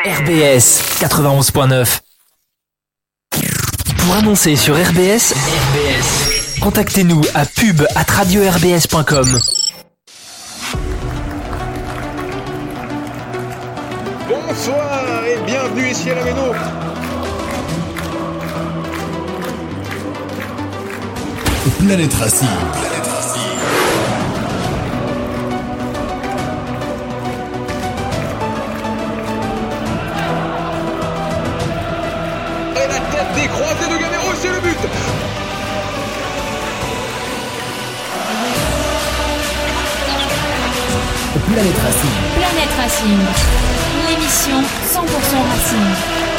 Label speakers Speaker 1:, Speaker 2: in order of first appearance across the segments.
Speaker 1: RBS 91.9. Pour annoncer sur RBS, contactez-nous à pub@radio-rbs.com.
Speaker 2: Bonsoir et bienvenue ici à la Méno.
Speaker 3: Planète Racing.
Speaker 2: Et la tête des croisés de Gamero, c'est le but.
Speaker 3: Planète Racing.
Speaker 4: Planète Racing, l'émission 100% Racing.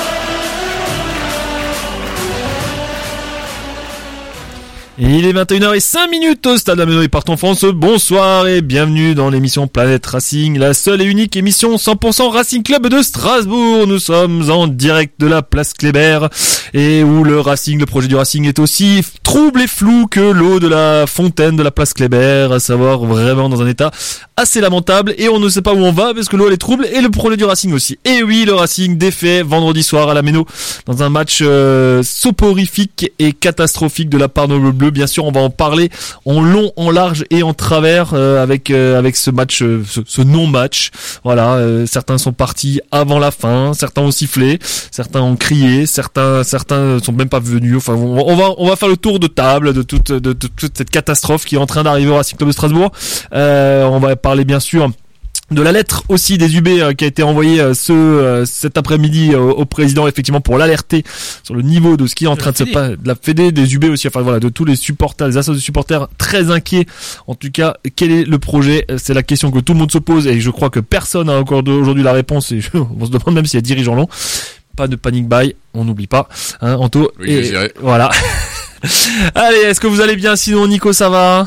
Speaker 5: Et il est 21h05 au Stade Lamennais partout en France. Bonsoir et bienvenue dans l'émission Planète Racing, la seule et unique émission 100% Racing Club de Strasbourg. Nous sommes en direct de la place Kléber et où le projet du Racing est aussi trouble et flou que l'eau de la fontaine de la place Kléber, à savoir vraiment dans un état assez lamentable et on ne sait pas où on va parce que l'eau elle est trouble et le projet du Racing aussi. Et oui, le Racing défait vendredi soir à la Méno dans un match soporifique et catastrophique de la part de Bleu. Bien sûr, on va en parler en long, en large et en travers avec ce match, ce non-match. Voilà, certains sont partis avant la fin, certains ont sifflé, certains ont crié, certains sont même pas venus. Enfin, on va faire le tour de table de toute cette catastrophe qui est en train d'arriver au Racing Club de Strasbourg. On va parler bien sûr de la lettre aussi des UB qui a été envoyée cet après-midi au président effectivement pour l'alerter sur le niveau de ce qui est en train de se passer, de la Fédé, des UB aussi, enfin voilà, de tous les supporters, les associations de supporters très inquiets. En tout cas, quel est le projet? C'est la question que tout le monde se pose et je crois que personne n'a encore aujourd'hui la réponse et on se demande même s'il y a dirigeants longs. Pas de panic buy, on n'oublie pas, hein, Anto.
Speaker 2: Oui,
Speaker 5: et voilà. Allez, est-ce que vous allez bien? Sinon, Nico, ça va?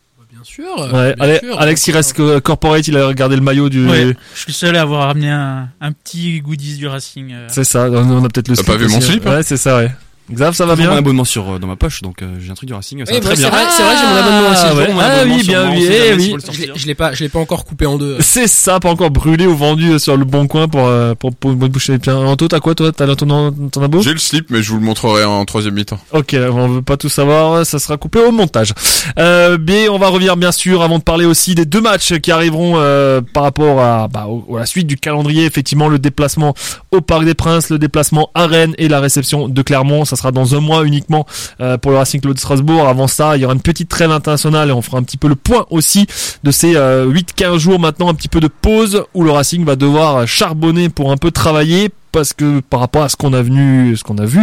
Speaker 5: Ouais, Alex il reste corporate, il a regardé le maillot du.
Speaker 6: Ouais, je suis seul à avoir ramené un petit goodies du Racing.
Speaker 5: C'est ça, on a peut-être le slip.
Speaker 7: T'as pas vu mon slip?
Speaker 5: Ouais, c'est ça, ouais. Xav, ça va bien?
Speaker 7: J'ai mon abonnement dans ma poche, donc j'ai un truc du Racing. Ça va très bien.
Speaker 8: C'est vrai, j'ai mon abonnement aussi.
Speaker 5: Ouais. Oui, bien, oui.
Speaker 8: Je l'ai pas encore coupé en deux.
Speaker 5: C'est ça, pas encore brûlé ou vendu sur le bon coin pour une bonne bouchée. Anto, t'as quoi, toi? T'as ton abo?
Speaker 7: J'ai le slip, mais je vous le montrerai en troisième mi-temps.
Speaker 5: Ok, on veut pas tout savoir, ça sera coupé au montage. Bien, on va revenir bien sûr avant de parler aussi des deux matchs qui arriveront par rapport à la suite du calendrier. Effectivement, le déplacement au Parc des Princes, le déplacement à Rennes et la réception de Clermont. Ça sera dans un mois uniquement pour le Racing Club de Strasbourg. Avant ça, il y aura une petite trêve internationale et on fera un petit peu le point aussi de ces 8-15 jours maintenant, un petit peu de pause où le Racing va devoir charbonner pour un peu travailler. Parce que par rapport à ce qu'on a vu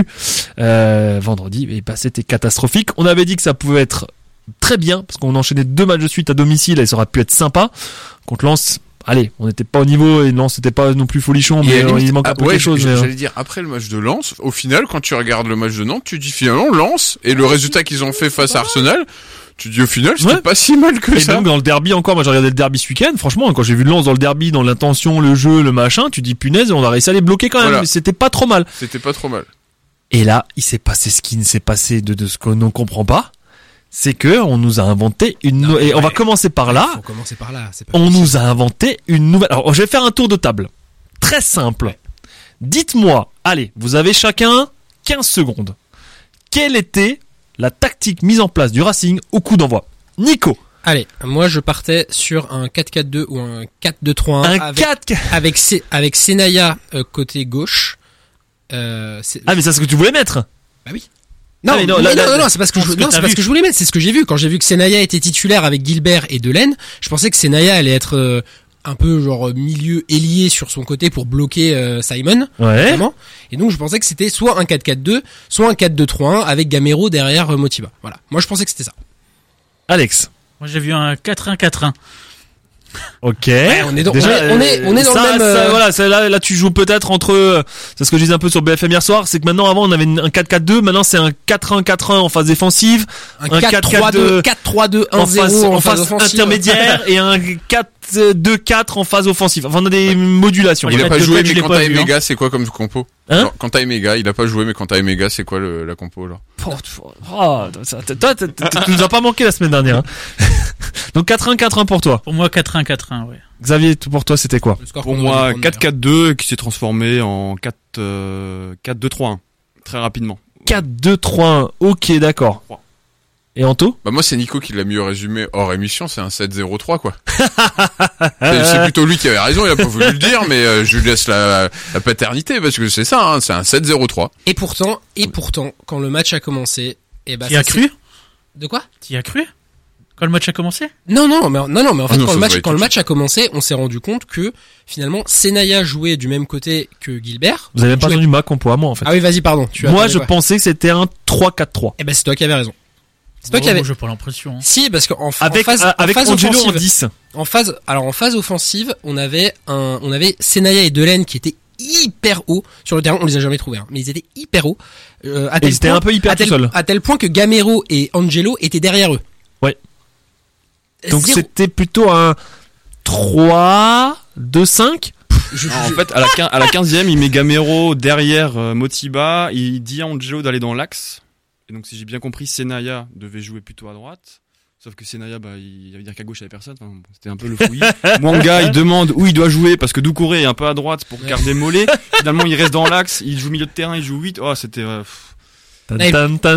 Speaker 5: vendredi, c'était catastrophique. On avait dit que ça pouvait être très bien parce qu'on enchaînait 2 matchs de suite à domicile et ça aurait pu être sympa. Contre Lens, allez, on n'était pas au niveau et Lens c'était pas non plus folichon, mais il manque un peu quelque chose.
Speaker 7: J'allais dire, après le match de Lens, au final, quand tu regardes le match de Nantes, tu dis finalement Lens et le résultat qu'ils ont fait face à Arsenal, tu dis au final c'était pas si mal que ça.
Speaker 5: Et donc dans le derby encore, moi j'ai regardé le derby ce week-end, franchement quand j'ai vu Lens dans le derby, dans l'intention, le jeu, le machin, tu dis punaise, on a réussi à les bloquer quand même, mais c'était pas trop mal. Et là, il s'est passé ce qui ne s'est passé de ce qu'on ne comprend pas. C'est que on nous a inventé on va commencer par là.
Speaker 8: Faut commencer par là.
Speaker 5: On nous a inventé une nouvelle. Alors, je vais faire un tour de table. Très simple. Dites-moi, allez, vous avez chacun 15 secondes. Quelle était la tactique mise en place du Racing au coup d'envoi? Nico.
Speaker 8: Allez, moi je partais sur un 4-4-2 ou un 4-2-3-1 avec Senaya côté gauche.
Speaker 5: Mais c'est ce que tu voulais mettre.
Speaker 8: Bah oui. Non, c'est parce que je voulais mettre, c'est ce que j'ai vu. Quand j'ai vu que Senaya était titulaire avec Gilbert et Delaine, je pensais que Senaya allait être un peu genre milieu ailier sur son côté pour bloquer Simon.
Speaker 5: Ouais.
Speaker 8: Vraiment. Et donc je pensais que c'était soit un 4-4-2, soit un 4-2-3-1 avec Gamero derrière Motiba. Voilà. Moi je pensais que c'était ça.
Speaker 5: Alex.
Speaker 6: Moi j'ai vu un 4-1-4-1.
Speaker 5: Ok.
Speaker 8: Ouais, on est dans le même.
Speaker 5: Voilà, là tu joues peut-être entre. C'est ce que je disais un peu sur BFM hier soir, c'est que maintenant avant on avait un 4-4-2, maintenant c'est un 4-1-4-1 en phase défensive,
Speaker 8: un 4-3-2, 4-3-2-1-0
Speaker 5: en phase intermédiaire et un 4-2-4 en phase offensive. Enfin on a des modulations.
Speaker 7: Il a pas joué, mais quand t'as Emega, c'est quoi comme compo? Hein? Quand t'as Emega, il a pas joué, mais quand t'as Emega, c'est quoi la compo là?
Speaker 5: Toi, tu nous as pas manqué la semaine dernière. Hein. Donc 4-1, 4-1 pour toi.
Speaker 6: Pour moi, 4-1, 4-1, ouais.
Speaker 5: Xavier, pour toi, c'était quoi?
Speaker 9: Pour moi, 4-4-2 qui s'est transformé en 4-2-3-1 très rapidement.
Speaker 5: 4-2-3-1. Ok, d'accord. Et Anto?
Speaker 7: Bah moi c'est Nico qui l'a mieux résumé hors émission, c'est un 7-0-3 quoi. c'est plutôt lui qui avait raison, il a pas voulu le dire, mais je lui laisse la paternité parce que c'est ça, hein, c'est un 7-0-3.
Speaker 8: Et pourtant, quand le match a commencé,
Speaker 6: T'y as cru?
Speaker 8: De quoi?
Speaker 6: T'y as cru? Quand le match a commencé?
Speaker 8: Non, mais en fait, quand le match a commencé, on s'est rendu compte que, finalement, Senaya jouait du même côté que Gilbert.
Speaker 5: Vous avez pas entendu ma compo à moi, en fait.
Speaker 8: Ah oui, vas-y, pardon.
Speaker 5: Moi, je pensais que c'était un 3-4-3.
Speaker 8: Eh ben, c'est toi qui avais raison. C'est toi qui avais.
Speaker 6: J'ai pas l'impression. Hein.
Speaker 8: Si, parce qu'en
Speaker 5: avec
Speaker 8: phase
Speaker 5: Angelo
Speaker 8: offensive,
Speaker 5: en 10.
Speaker 8: En phase offensive, on avait Senaya et Delaine qui étaient hyper haut sur le terrain. On les a jamais trouvés, hein, mais ils étaient hyper hauts.
Speaker 5: Ils étaient un peu hyper tout seuls.
Speaker 8: À tel point que Gamero et Angelo étaient derrière eux.
Speaker 5: Ouais. Donc c'était plutôt un 3-2-5.
Speaker 9: En fait, à la 15e, il met Gamero derrière Motiba, il dit à Angelo d'aller dans l'axe. Et donc, si j'ai bien compris, Senaya devait jouer plutôt à droite. Sauf que Senaya, il veut dire qu'à gauche, il y avait personne. Enfin, c'était un peu le fouillis. Mwanga, il demande où il doit jouer parce que Doucouré est un peu à droite pour garder Mollet. Finalement, il reste dans l'axe, il joue milieu de terrain, il joue 8. Oh, c'était...
Speaker 8: Et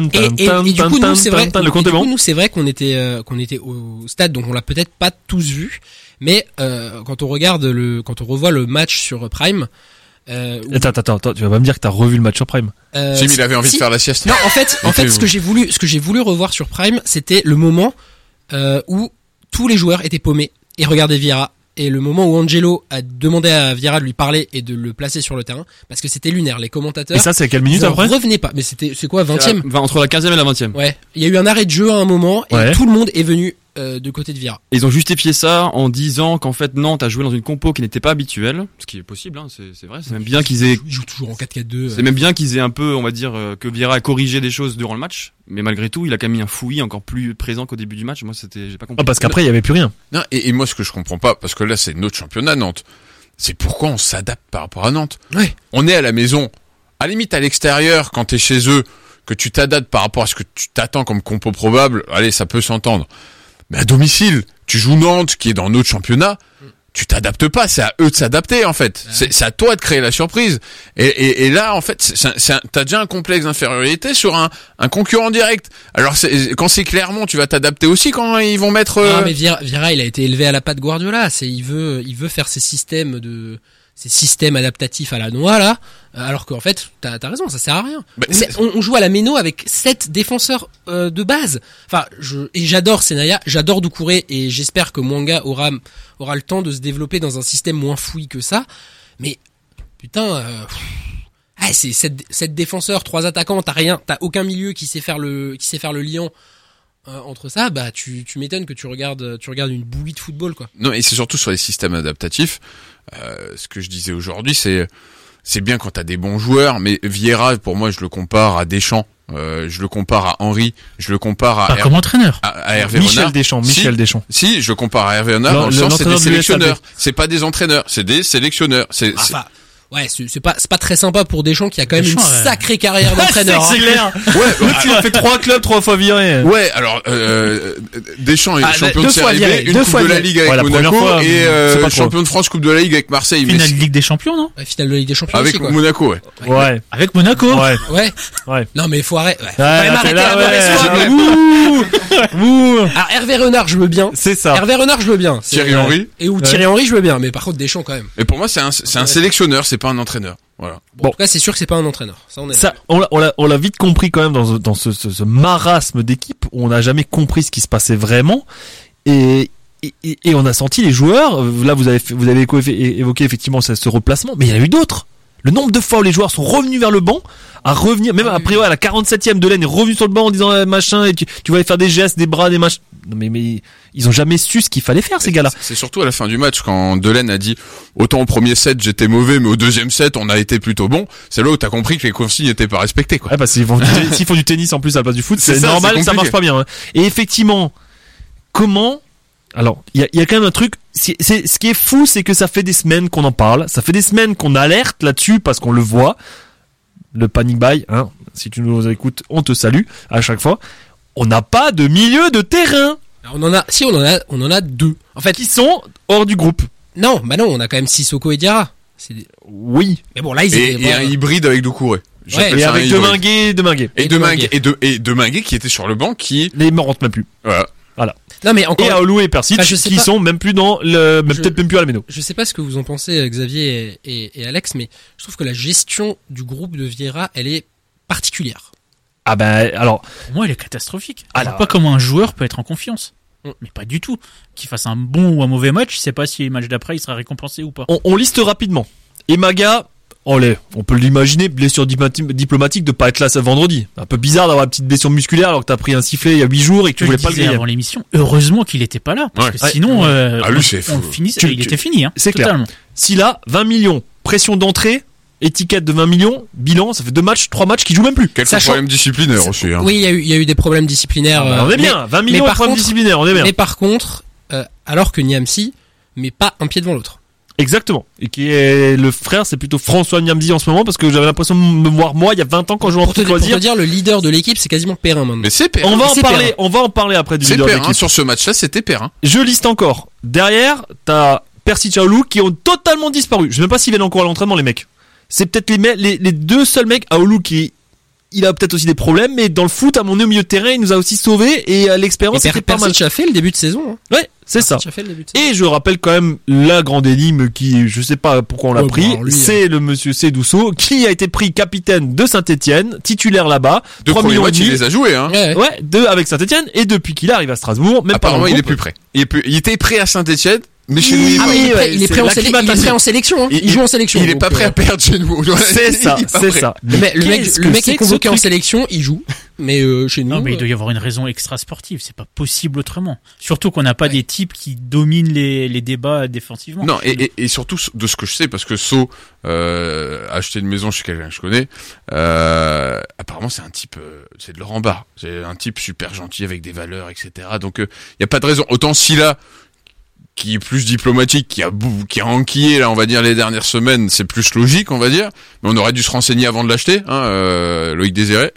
Speaker 8: du coup, nous, c'est vrai, nous, c'est vrai qu'on était au stade, donc on l'a peut-être pas tous vu. Mais, quand on revoit le match sur Prime,
Speaker 5: Attends, tu vas pas me dire que t'as revu le match sur Prime.
Speaker 7: Jimmy, il avait envie de faire la sieste.
Speaker 8: Non, en fait, ce que j'ai voulu revoir sur Prime, c'était le moment où tous les joueurs étaient paumés et regardaient Vieira, et le moment où Angelo a demandé à Vieira de lui parler et de le placer sur le terrain, parce que c'était lunaire. Les commentateurs.
Speaker 5: Et ça, c'est à quelle minute après?
Speaker 8: Revenez pas. Mais c'est quoi, 20e?
Speaker 9: Entre la 15e et la 20e.
Speaker 8: Ouais. Il y a eu un arrêt de jeu à un moment, et tout le monde est venu de côté de Vieira.
Speaker 9: Ils ont justifié ça en disant qu'en fait Nantes a joué dans une compo qui n'était pas habituelle, ce qui est possible, hein, c'est vrai. C'est même bien qu'ils aient.
Speaker 8: Ils jouent toujours en 4-4-2.
Speaker 9: C'est même bien qu'ils aient un peu, on va dire, que Vieira a corrigé des choses durant le match, mais malgré tout, il a quand même mis un fouillis encore plus présent qu'au début du match. Moi, j'ai pas compris.
Speaker 5: Ah, parce qu'après, il y avait plus rien.
Speaker 7: Non, et moi, ce que je comprends pas, parce que là, c'est notre championnat Nantes. C'est pourquoi on s'adapte par rapport à Nantes.
Speaker 8: Ouais.
Speaker 7: On est à la maison. À la limite, à l'extérieur, quand t'es chez eux, que tu t'adaptes par rapport à ce que tu t'attends comme compo probable, allez, ça peut s'entendre. Mais à domicile, tu joues Nantes, qui est dans notre championnat, tu t'adaptes pas, c'est à eux de s'adapter, en fait. C'est à toi de créer la surprise. Et là, en fait, t'as déjà un complexe d'infériorité sur un concurrent direct. Alors, quand c'est Clermont, tu vas t'adapter aussi quand ils vont mettre...
Speaker 8: Non, mais Vieira, il a été élevé à la patte Guardiola. Il veut faire ces systèmes adaptatifs à la noix, là. Alors qu'en fait, t'as raison, ça sert à rien. Bah, on joue à la méno avec 7 défenseurs de base. Enfin, j'adore Senaya, j'adore Doucouré, et j'espère que Mwanga aura le temps de se développer dans un système moins fouillis que ça. Mais putain, c'est 7 défenseurs, 3 attaquants, t'as aucun milieu qui sait faire le lien entre ça. Bah tu m'étonnes que tu regardes une bouillie de football, quoi.
Speaker 7: Non, et c'est surtout sur les systèmes adaptatifs. Ce que je disais aujourd'hui, c'est bien quand t'as des bons joueurs, mais Vieira, pour moi, je le compare à Deschamps, je le compare à Henry, je le compare à
Speaker 6: comme entraîneur.
Speaker 7: À Hervé Renard.
Speaker 5: Michel Deschamps.
Speaker 7: Si, je le compare à Hervé Renard dans le sens c'est des sélectionneurs. C'est pas des entraîneurs, c'est des sélectionneurs.
Speaker 8: Ouais, c'est pas très sympa pour Deschamps qui a quand même une sacrée carrière d'entraîneur.
Speaker 5: C'est clair. Ouais, tu as fait 3 clubs 3 fois viré.
Speaker 7: Ouais, alors Deschamps est champion de Série B, une coupe de la Ligue avec Monaco et champion de France, coupe de la Ligue avec Marseille.
Speaker 6: Finale de Ligue des Champions, non?
Speaker 8: Finale de Ligue des Champions
Speaker 7: avec
Speaker 8: aussi, quoi.
Speaker 7: Monaco, ouais.
Speaker 5: Ouais.
Speaker 6: Avec Monaco.
Speaker 5: Ouais.
Speaker 8: Non mais il faut arrêter. Faut
Speaker 5: quand même
Speaker 8: arrêter. Alors Hervé Renard, je veux bien.
Speaker 5: C'est ça.
Speaker 8: Hervé Renard, je veux bien.
Speaker 7: Thierry Henry.
Speaker 8: Thierry Henry, je veux bien, mais par contre Deschamps quand même.
Speaker 7: Et pour moi, c'est un sélectionneur, c'est pas un entraîneur. Voilà.
Speaker 8: Bon, en tout cas, c'est sûr que c'est pas un entraîneur.
Speaker 5: On l'a vite compris quand même dans ce marasme d'équipe où on n'a jamais compris ce qui se passait vraiment, et on a senti les joueurs. Là, vous avez évoqué effectivement ce replacement, mais il y en a eu d'autres. Le nombre de fois où les joueurs sont revenus vers le banc, même après à la 47e, Delaine est revenu sur le banc en disant machin, et tu vas aller faire des gestes, des bras, des machins. Non mais ils ont jamais su ce qu'il fallait faire, ces gars-là.
Speaker 7: C'est surtout à la fin du match quand Delaine a dit autant au premier set j'étais mauvais, mais au deuxième set on a été plutôt bon. C'est là où t'as compris que les consignes n'étaient pas respectées, quoi.
Speaker 5: Ouais, parce qu'ils s'ils font du tennis en plus à la place du foot, c'est normal que ça marche pas bien. Hein. Et effectivement, alors, il y a quand même un truc, ce qui est fou, c'est que ça fait des semaines qu'on en parle, ça fait des semaines qu'on alerte là-dessus parce qu'on le voit. Le panic buy, hein, si tu nous écoutes, on te salue à chaque fois. On n'a pas de milieu de terrain.
Speaker 8: On en a 2. En fait,
Speaker 5: qui sont hors du groupe.
Speaker 8: Non, on a quand même Sissoko et Diarra.
Speaker 5: Oui.
Speaker 8: Mais bon, là,
Speaker 7: et un hybride avec Doucouré.
Speaker 5: Ouais, et avec Deminguet.
Speaker 7: Et Deminguet qui était sur le banc
Speaker 5: les me rentrent même plus. Voilà.
Speaker 8: Non, mais encore.
Speaker 5: Et Aoulou et Persic qui sont même plus peut-être même plus à la méno.
Speaker 8: Je sais pas ce que vous en pensez, Xavier et Alex, mais je trouve que la gestion du groupe de Vieira, elle est particulière.
Speaker 5: Ah alors.
Speaker 6: Pour moi, elle est catastrophique. Je vois pas comment un joueur peut être en confiance. Mais pas du tout. Qu'il fasse un bon ou un mauvais match, je sais pas si le match d'après il sera récompensé ou pas.
Speaker 5: On liste rapidement. Emaga, on peut l'imaginer, blessure diplomatique de pas être là ce vendredi. Un peu bizarre d'avoir une petite blessure musculaire alors que t'as pris un sifflet il y a 8 jours et que tu voulais pas le griller.
Speaker 6: Avant l'émission, heureusement qu'il était pas là, parce que sinon, il était fini,
Speaker 5: c'est
Speaker 6: totalement.
Speaker 5: Clair. S'il a 20 millions, pression d'entrée, étiquette de 20 millions, bilan, ça fait 3 matchs qu'il joue même plus.
Speaker 7: Quelques problèmes disciplinaires aussi.
Speaker 8: Oui, il y a eu des problèmes disciplinaires.
Speaker 5: On est bien, 20 millions de problèmes disciplinaires, on est bien.
Speaker 8: Mais par contre, alors que Niamsi, mais pas un pied devant l'autre.
Speaker 5: Exactement. Et qui est le frère, c'est plutôt François Niamzi en ce moment, parce que j'avais l'impression de me voir moi il y a 20 ans quand je jouais en foot loisir.
Speaker 8: Pour te dire, le leader de l'équipe, c'est quasiment Perrin maintenant.
Speaker 7: Mais c'est Perrin.
Speaker 5: On va en parler après du leader de l'équipe.
Speaker 7: Sur ce match-là, c'était Perrin.
Speaker 5: Je liste encore. Derrière, t'as Persic et Aoulou qui ont totalement disparu. Je sais même pas s'ils viennent encore à l'entraînement, les mecs. C'est peut-être les 2 seuls mecs. Aoulou il a peut-être aussi des problèmes, mais dans le foot, à mon nez au milieu de terrain, il nous a aussi sauvés et l'expérience c'était pas mal.
Speaker 8: Persic a fait le début de saison.
Speaker 5: Ouais, c'est ça. Et je rappelle quand même la grande énigme qui, je sais pas pourquoi on l'a pris, c'est le monsieur Sédouceau qui a été pris capitaine de Saint-Etienne, titulaire là-bas.
Speaker 7: 3 millions et demi. Il les a joués, hein.
Speaker 5: Ouais, 2 avec Saint-Etienne, et depuis qu'il arrive à Strasbourg, même
Speaker 7: apparemment il est plus prêt. Il était prêt à Saint-Etienne. Mais chez nous,
Speaker 8: il est prêt en sélection. Il joue en sélection.
Speaker 7: Il est pas prêt à perdre chez nous.
Speaker 5: C'est ça.
Speaker 8: Le mec est convoqué en sélection, il joue. Mais chez nous.
Speaker 6: Non, mais il doit y avoir une raison extra-sportive. C'est pas possible autrement. Surtout qu'on n'a pas des types qui dominent les débats défensivement.
Speaker 7: Non, et surtout de ce que je sais, parce que So a acheté une maison chez quelqu'un que je connais. Apparemment, c'est un type, c'est de Laurent Barre. C'est un type super gentil avec des valeurs, etc. Donc, il y a pas de raison. Autant Silla, qui est plus diplomatique, qui a enquillé là, on va dire les dernières semaines, c'est plus logique, on va dire. Mais on aurait dû se renseigner avant de l'acheter, Loïc Désiré.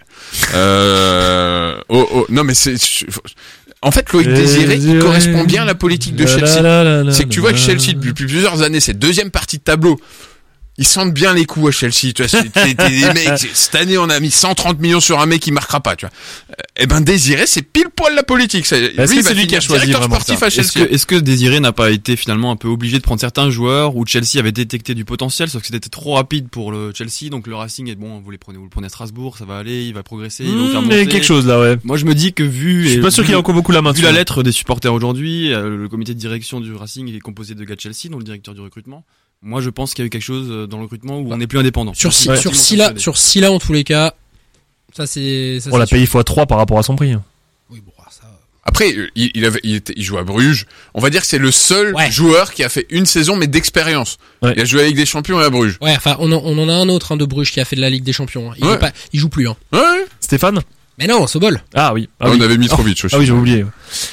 Speaker 7: Non mais en fait, Loïc Désiré, il correspond bien à la politique de Chelsea. C'est que tu vois que Chelsea depuis plusieurs années, cette deuxième partie de tableau, ils sentent bien les coups à Chelsea, tu vois. Des mecs, cette année, on a mis 130 millions sur un mec qui marquera pas, tu vois. Désiré, c'est pile poil la politique.
Speaker 5: Lui, c'est lui qui a choisi vraiment
Speaker 7: sportif à Chelsea.
Speaker 9: Est-ce que Désiré n'a pas été finalement un peu obligé de prendre certains joueurs où Chelsea avait détecté du potentiel, sauf que c'était trop rapide pour le Chelsea, donc le Racing est bon, vous le prenez à Strasbourg, ça va aller, il va progresser, il va vous faire monter.
Speaker 5: Il y a quelque chose là, ouais.
Speaker 9: Moi, je me dis que je
Speaker 5: suis pas sûr qu'il a encore beaucoup la main.
Speaker 9: Vu la lettre des supporters aujourd'hui, le comité de direction du Racing est composé de gars de Chelsea, dont le directeur du recrutement. Moi, je pense qu'il y a eu quelque chose dans le recrutement où on n'est plus indépendant.
Speaker 8: Sur Silla, en tous les cas, ça c'est.
Speaker 5: On l'a payé x3 par rapport à son prix.
Speaker 8: Oui, bon, ça.
Speaker 7: Après, il joue à Bruges. On va dire que c'est le seul joueur qui a fait une saison, mais d'expérience. Ouais. Il a joué à la Ligue des Champions et à Bruges.
Speaker 8: Ouais, enfin, on en a un autre, de Bruges qui a fait de la Ligue des Champions. Il joue plus,
Speaker 7: Ouais.
Speaker 5: Stéphane?
Speaker 8: Mais non, Sobol.
Speaker 5: Ah oui.
Speaker 7: On avait Mitrovic aussi.
Speaker 5: Ah oui, j'ai oublié.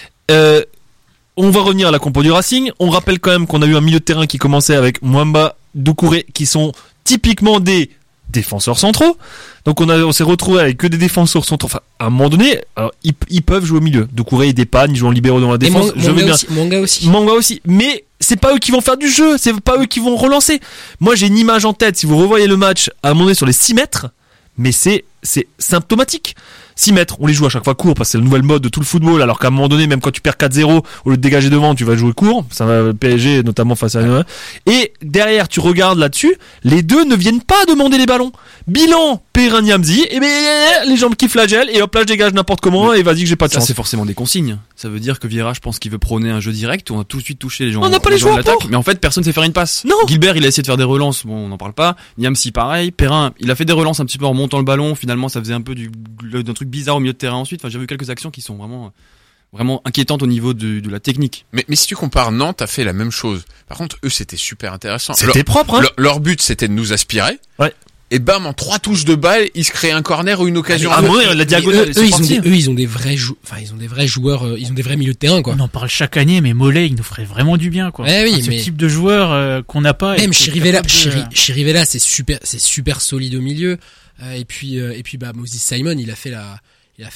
Speaker 5: On va revenir à la compo du Racing. On rappelle quand même qu'on a eu un milieu de terrain qui commençait avec Mwamba, Doucouré, qui sont typiquement des défenseurs centraux. Donc on s'est retrouvé avec que des défenseurs centraux. Enfin, à un moment donné, alors, ils peuvent jouer au milieu. Doucouré, il dépanne, ils jouent en libéraux dans la défense.
Speaker 8: Manga aussi.
Speaker 5: Manga aussi. Mais c'est pas eux qui vont faire du jeu. C'est pas eux qui vont relancer. Moi, j'ai une image en tête. Si vous revoyez le match, à un moment donné, sur les 6 mètres, mais c'est symptomatique. 6 mètres, on les joue à chaque fois court parce que c'est le nouvel mode de tout le football, alors qu'à un moment donné, même quand tu perds 4-0, au lieu de dégager devant, tu vas jouer court. Ça va PSG, notamment face à et derrière, tu regardes là-dessus, les deux ne viennent pas demander les ballons. Bilan, Perrin Niamzi, et les jambes qui flagellent, et hop là, je dégage n'importe comment, et vas-y que j'ai pas de chance.
Speaker 9: Ça, c'est forcément des consignes. Ça veut dire que Vieira, je pense qu'il veut prôner un jeu direct, où on a tout de suite touché les gens.
Speaker 5: On n'a pas les joueurs pour.
Speaker 9: Mais en fait, personne sait faire une passe.
Speaker 5: Non.
Speaker 9: Gilbert, il a essayé de faire des relances, bon, on n'en parle pas. Niamzi, pareil. Perrin, il a fait des relances un petit peu en remontant le ballon, finalement, ça faisait un peu d'un truc bizarre au milieu de terrain ensuite. Enfin, j'ai vu quelques actions qui sont vraiment inquiétantes au niveau de la technique.
Speaker 7: Mais si tu compares, Nantes a fait la même chose. Par contre, eux, c'était super intéressant.
Speaker 5: C'était propre, hein.
Speaker 7: Leur but, c'était de nous aspirer.
Speaker 5: Ouais.
Speaker 7: Et bam, en 3 touches de balle, ils se créent un corner ou une occasion.
Speaker 5: La diagonale.
Speaker 8: Ils ont des vrais joueurs, ils ont des vrais milieux de terrain, quoi.
Speaker 6: On en parle chaque année, mais Mollet, il nous ferait vraiment du bien, quoi.
Speaker 8: Oui,
Speaker 6: ce type de joueur qu'on n'a pas.
Speaker 8: Même Chirivella, c'est super solide au milieu. Et puis Moses Simon, il a fait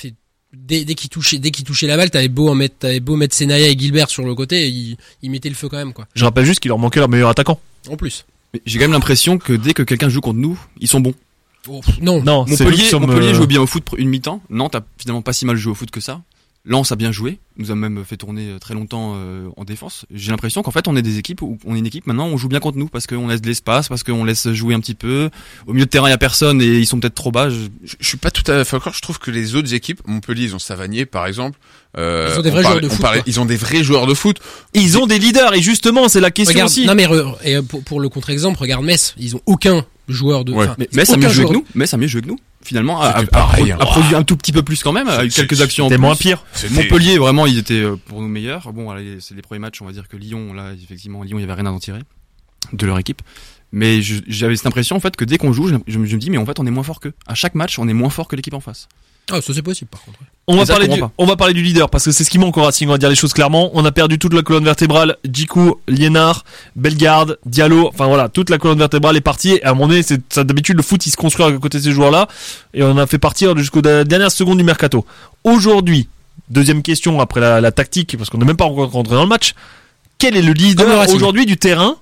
Speaker 8: dès qu'il touchait la balle, t'avais beau mettre Senaya et Gilbert sur le côté, ils mettaient le feu quand même, quoi.
Speaker 5: Je rappelle juste qu'il leur manquait leur meilleur attaquant.
Speaker 8: En plus.
Speaker 9: Mais j'ai quand même l'impression que dès que quelqu'un joue contre nous, ils sont bons.
Speaker 8: Non.
Speaker 9: Montpellier joue bien au foot une mi-temps. Nantes a finalement pas si mal joué au foot que ça. Lens a bien joué, nous a même fait tourner très longtemps en défense. J'ai l'impression qu'en fait on est des équipes où on est une équipe maintenant, on joue bien contre nous parce qu'on laisse de l'espace, parce qu'on laisse jouer un petit peu. Au milieu de terrain il y a personne et ils sont peut-être trop bas.
Speaker 7: Je suis pas tout à fait d'accord. Je trouve que les autres équipes, Montpellier, ils ont Savanier par exemple.
Speaker 8: Ils ont des vrais joueurs de foot.
Speaker 7: Ils ont des vrais joueurs de foot.
Speaker 5: Ils ont des leaders et justement c'est la question aussi.
Speaker 8: Non mais pour le contre-exemple, regarde Metz, ils ont aucun joueur de.
Speaker 9: Ouais. Mais Metz a mieux joué que nous. Metz a mieux joué que nous. Finalement, a produit un tout petit peu plus quand même, a eu quelques actions en plus.
Speaker 5: C'était moins pire.
Speaker 9: Montpellier, vraiment, ils étaient pour nous meilleurs. Bon, c'est les premiers matchs, on va dire que Lyon, là, effectivement, Lyon, il y avait rien à en tirer de leur équipe. Mais j'avais cette impression, en fait, que dès qu'on joue, je me dis, mais en fait, on est moins fort qu'eux. À chaque match, on est moins fort que l'équipe en face.
Speaker 8: Ah, ça c'est possible, par contre.
Speaker 5: On va parler du leader, parce que c'est ce qui manque au Racing, on va dire les choses clairement. On a perdu toute la colonne vertébrale, Djikou, Liénard, Bellegarde, Diallo, enfin voilà, toute la colonne vertébrale est partie, et à un moment donné, d'habitude, le foot, il se construit à côté de ces joueurs-là, et on a fait partir jusqu'aux dernières secondes du mercato. Aujourd'hui, deuxième question après la tactique, parce qu'on n'est même pas encore rentré dans le match, quel est le leader aujourd'hui du terrain?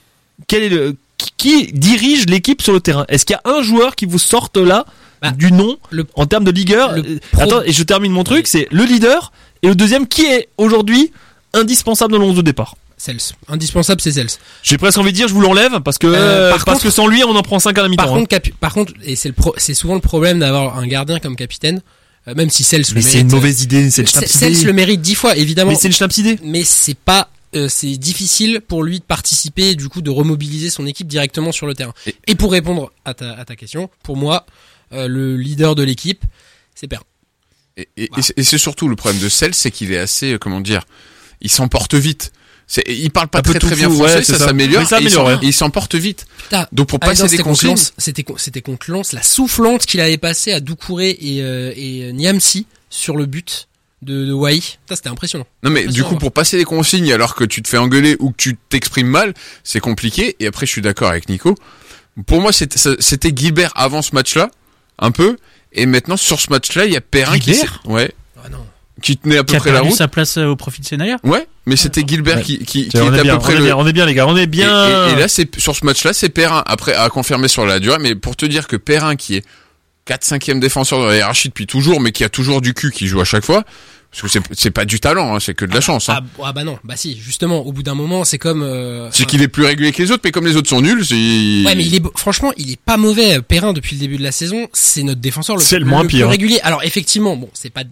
Speaker 5: Qui dirige l'équipe sur le terrain? Est-ce qu'il y a un joueur qui vous sorte là du nom en termes de leader? Attends, et je termine mon truc, c'est le leader et le deuxième qui est aujourd'hui indispensable dans le 11 de départ.
Speaker 8: Cels. Indispensable, c'est Cels.
Speaker 5: J'ai presque envie de dire, je vous l'enlève parce que sans lui, on en prend 5 à la mi-temps.
Speaker 8: Par contre, et c'est souvent le problème d'avoir un gardien comme capitaine, même si Cels
Speaker 5: mais c'est une mauvaise idée, c'est le Schnapsidé.
Speaker 8: Cels le mérite 10 fois, évidemment.
Speaker 5: Mais c'est le Schnapsidé.
Speaker 8: Mais c'est pas c'est difficile pour lui de participer, du coup de remobiliser son équipe directement sur le terrain. Et pour répondre à ta question, pour moi, le leader de l'équipe, c'est Perrin.
Speaker 7: Et c'est surtout le problème de Cels, c'est qu'il est assez, il s'emporte vite. Il parle pas très bien français, ça s'améliore. Et il s'emporte vite. Donc pour passer des consignes,
Speaker 8: c'était contre Lens, la soufflante qu'il avait passée à Doucouré et Niamsi sur le but de Wai. Ça c'était impressionnant.
Speaker 7: Non mais du coup pour passer des consignes alors que tu te fais engueuler ou que tu t'exprimes mal, c'est compliqué. Et après je suis d'accord avec Nico. Pour moi c'était Gilbert avant ce match-là, un peu. Et maintenant sur ce match-là il y a Perrin qui tenait à peu près la route.
Speaker 6: Sa place au profit de Senaya.
Speaker 7: Ouais, mais c'était Gilbert qui était
Speaker 5: à
Speaker 7: peu près
Speaker 5: on est bien les gars, on est bien.
Speaker 7: Et là sur ce match-là c'est Perrin après à confirmer sur la durée, mais pour te dire que Perrin qui est 4-5e défenseur de la hiérarchie depuis toujours, mais qui a toujours du cul, qui joue à chaque fois. Parce que c'est pas du talent, hein, c'est que de la chance. Hein.
Speaker 8: Ah bah non, bah si, justement, au bout d'un moment, c'est comme.
Speaker 7: C'est qu'il est plus régulier que les autres, mais comme les autres sont nuls,
Speaker 8: Ouais, mais franchement, il est pas mauvais. Perrin depuis le début de la saison, c'est notre défenseur le
Speaker 5: moins pire.
Speaker 8: Plus régulier. Alors effectivement, bon,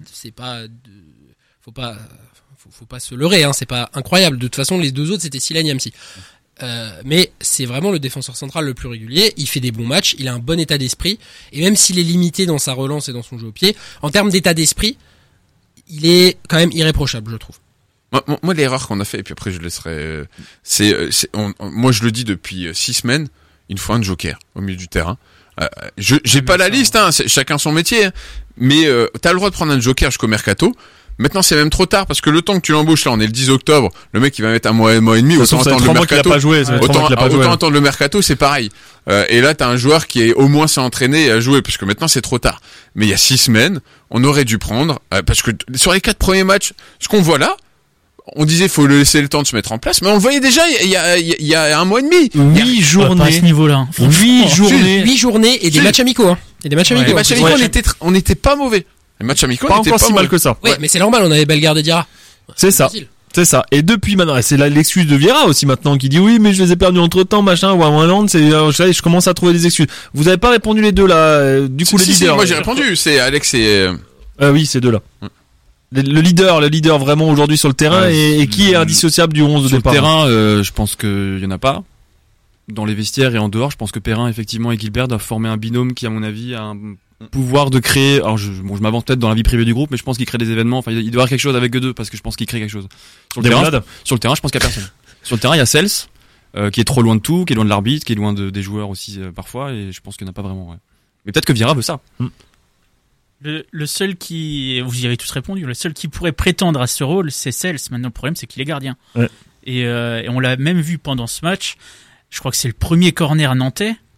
Speaker 8: faut pas se leurrer, hein, c'est pas incroyable. De toute façon, les deux autres c'était Sylla et Niamsi. Mais c'est vraiment le défenseur central le plus régulier. Il fait des bons matchs, il a un bon état d'esprit, et même s'il est limité dans sa relance et dans son jeu au pied, en termes d'état d'esprit, il est quand même irréprochable, je trouve.
Speaker 7: Moi, l'erreur qu'on a fait, et puis après je laisserai, moi je le dis depuis 6 semaines, il faut un joker au milieu du terrain. J'ai pas la liste, hein, chacun son métier, mais t'as le droit de prendre un joker jusqu'au mercato. Maintenant, c'est même trop tard parce que le temps que tu l'embauches là, on est le 10 octobre, le mec il va mettre un mois et demi, autant attendre le mercato. Autant attendre le mercato, c'est pareil. Et là, t'as un joueur qui est au moins s'est entraîné et a joué, parce que maintenant c'est trop tard. Mais il y a 6 semaines, on aurait dû prendre, parce que sur les 4 premiers matchs, ce qu'on voit là, on disait faut le laisser le temps de se mettre en place, mais on le voyait déjà il y a un mois et demi.
Speaker 6: 8 journées. Pas à ce niveau-là.
Speaker 8: 8 journées et des matchs amicaux, hein. Et des matchs amicaux.
Speaker 7: Les matchs amicaux, on était pas mauvais. Les matchs amicaux
Speaker 5: pas encore si mal que ça.
Speaker 8: Oui, mais c'est normal, on avait Bellegarde et Diarra.
Speaker 5: C'est ça. C'est ça. Et depuis maintenant, c'est l'excuse de Vieira aussi maintenant qui dit oui, mais je les ai perdus entre temps, machin, ou à Hollande, je commence à trouver des excuses. Vous avez pas répondu les deux là, du coup les leaders.
Speaker 7: Moi j'ai répondu, c'est Alex et
Speaker 5: oui, ces deux là. Le leader vraiment aujourd'hui sur le terrain et qui est indissociable du 11 de départ.
Speaker 9: Sur le terrain, je pense qu'il y en a pas. Dans les vestiaires et en dehors, je pense que Perrin effectivement et Gilbert doivent former un binôme qui à mon avis a un pouvoir de créer. Alors je m'avance peut-être dans la vie privée du groupe, mais je pense qu'il crée des événements. Enfin, il doit y avoir quelque chose avec eux deux parce que je pense qu'il crée quelque chose. Sur le terrain, je pense qu'il y a personne. Sur le terrain, il y a Cels qui est trop loin de tout, qui est loin de l'arbitre, qui est loin des joueurs aussi parfois, et je pense qu'il n'y en a pas vraiment. Ouais. Mais peut-être que Vieira veut ça.
Speaker 6: Le seul qui, vous y avez tous répondu, le seul qui pourrait prétendre à ce rôle, c'est Cels. Maintenant, le problème, c'est qu'il est gardien. Ouais. Et on l'a même vu pendant ce match. Je crois que c'est le premier corner nantais.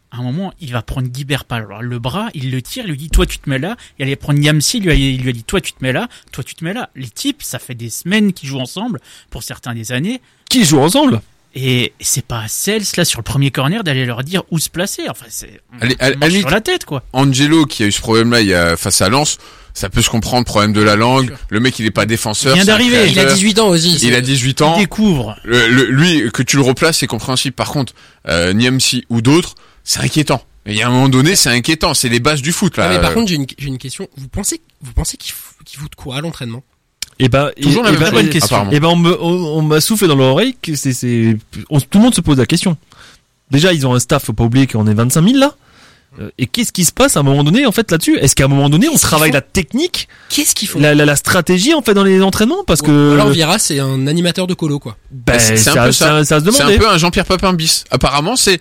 Speaker 6: à un moment, il va prendre Guibert par le bras, il le tire, il lui dit, toi, tu te mets là. Il allait prendre Niamsi, il lui a dit, toi, tu te mets là, toi, tu te mets là. Les types, ça fait des semaines qu'ils jouent ensemble, pour certains des années.
Speaker 5: Qui jouent ensemble?
Speaker 6: Et c'est pas à Cels, là, sur le premier corner, d'aller leur dire où se placer. Enfin, on marche sur la tête, quoi.
Speaker 7: Angelo, qui a eu ce problème-là, face à Lens, ça peut se comprendre, problème de la langue. Le mec, il est pas défenseur.
Speaker 6: Il vient d'arriver.
Speaker 8: Il a 18 ans aussi.
Speaker 7: Il a 18 ans.
Speaker 6: Il découvre.
Speaker 7: Lui, que tu le replaces, c'est compréhensible. Par contre, Niamsi ou d'autres, c'est inquiétant. Et il y a un moment donné, c'est inquiétant. C'est les bases du foot, là.
Speaker 8: Ah, mais par contre, j'ai une question. Vous pensez qu'il fout de quoi à l'entraînement?
Speaker 7: Toujours la même bonne question.
Speaker 5: On m'a soufflé dans l'oreille que tout le monde se pose la question. Déjà, ils ont un staff, faut pas oublier qu'on est 25 000 là. Et qu'est-ce qui se passe à un moment donné en fait là-dessus? Est-ce qu'à un moment donné on travaille la technique?
Speaker 8: Qu'est-ce qu'ils font?
Speaker 5: La stratégie en fait dans les entraînements parce que
Speaker 8: alors Vieira c'est un animateur de colo quoi.
Speaker 7: C'est un peu ça. Ça se demande. C'est un peu un Jean-Pierre Papin bis. Apparemment c'est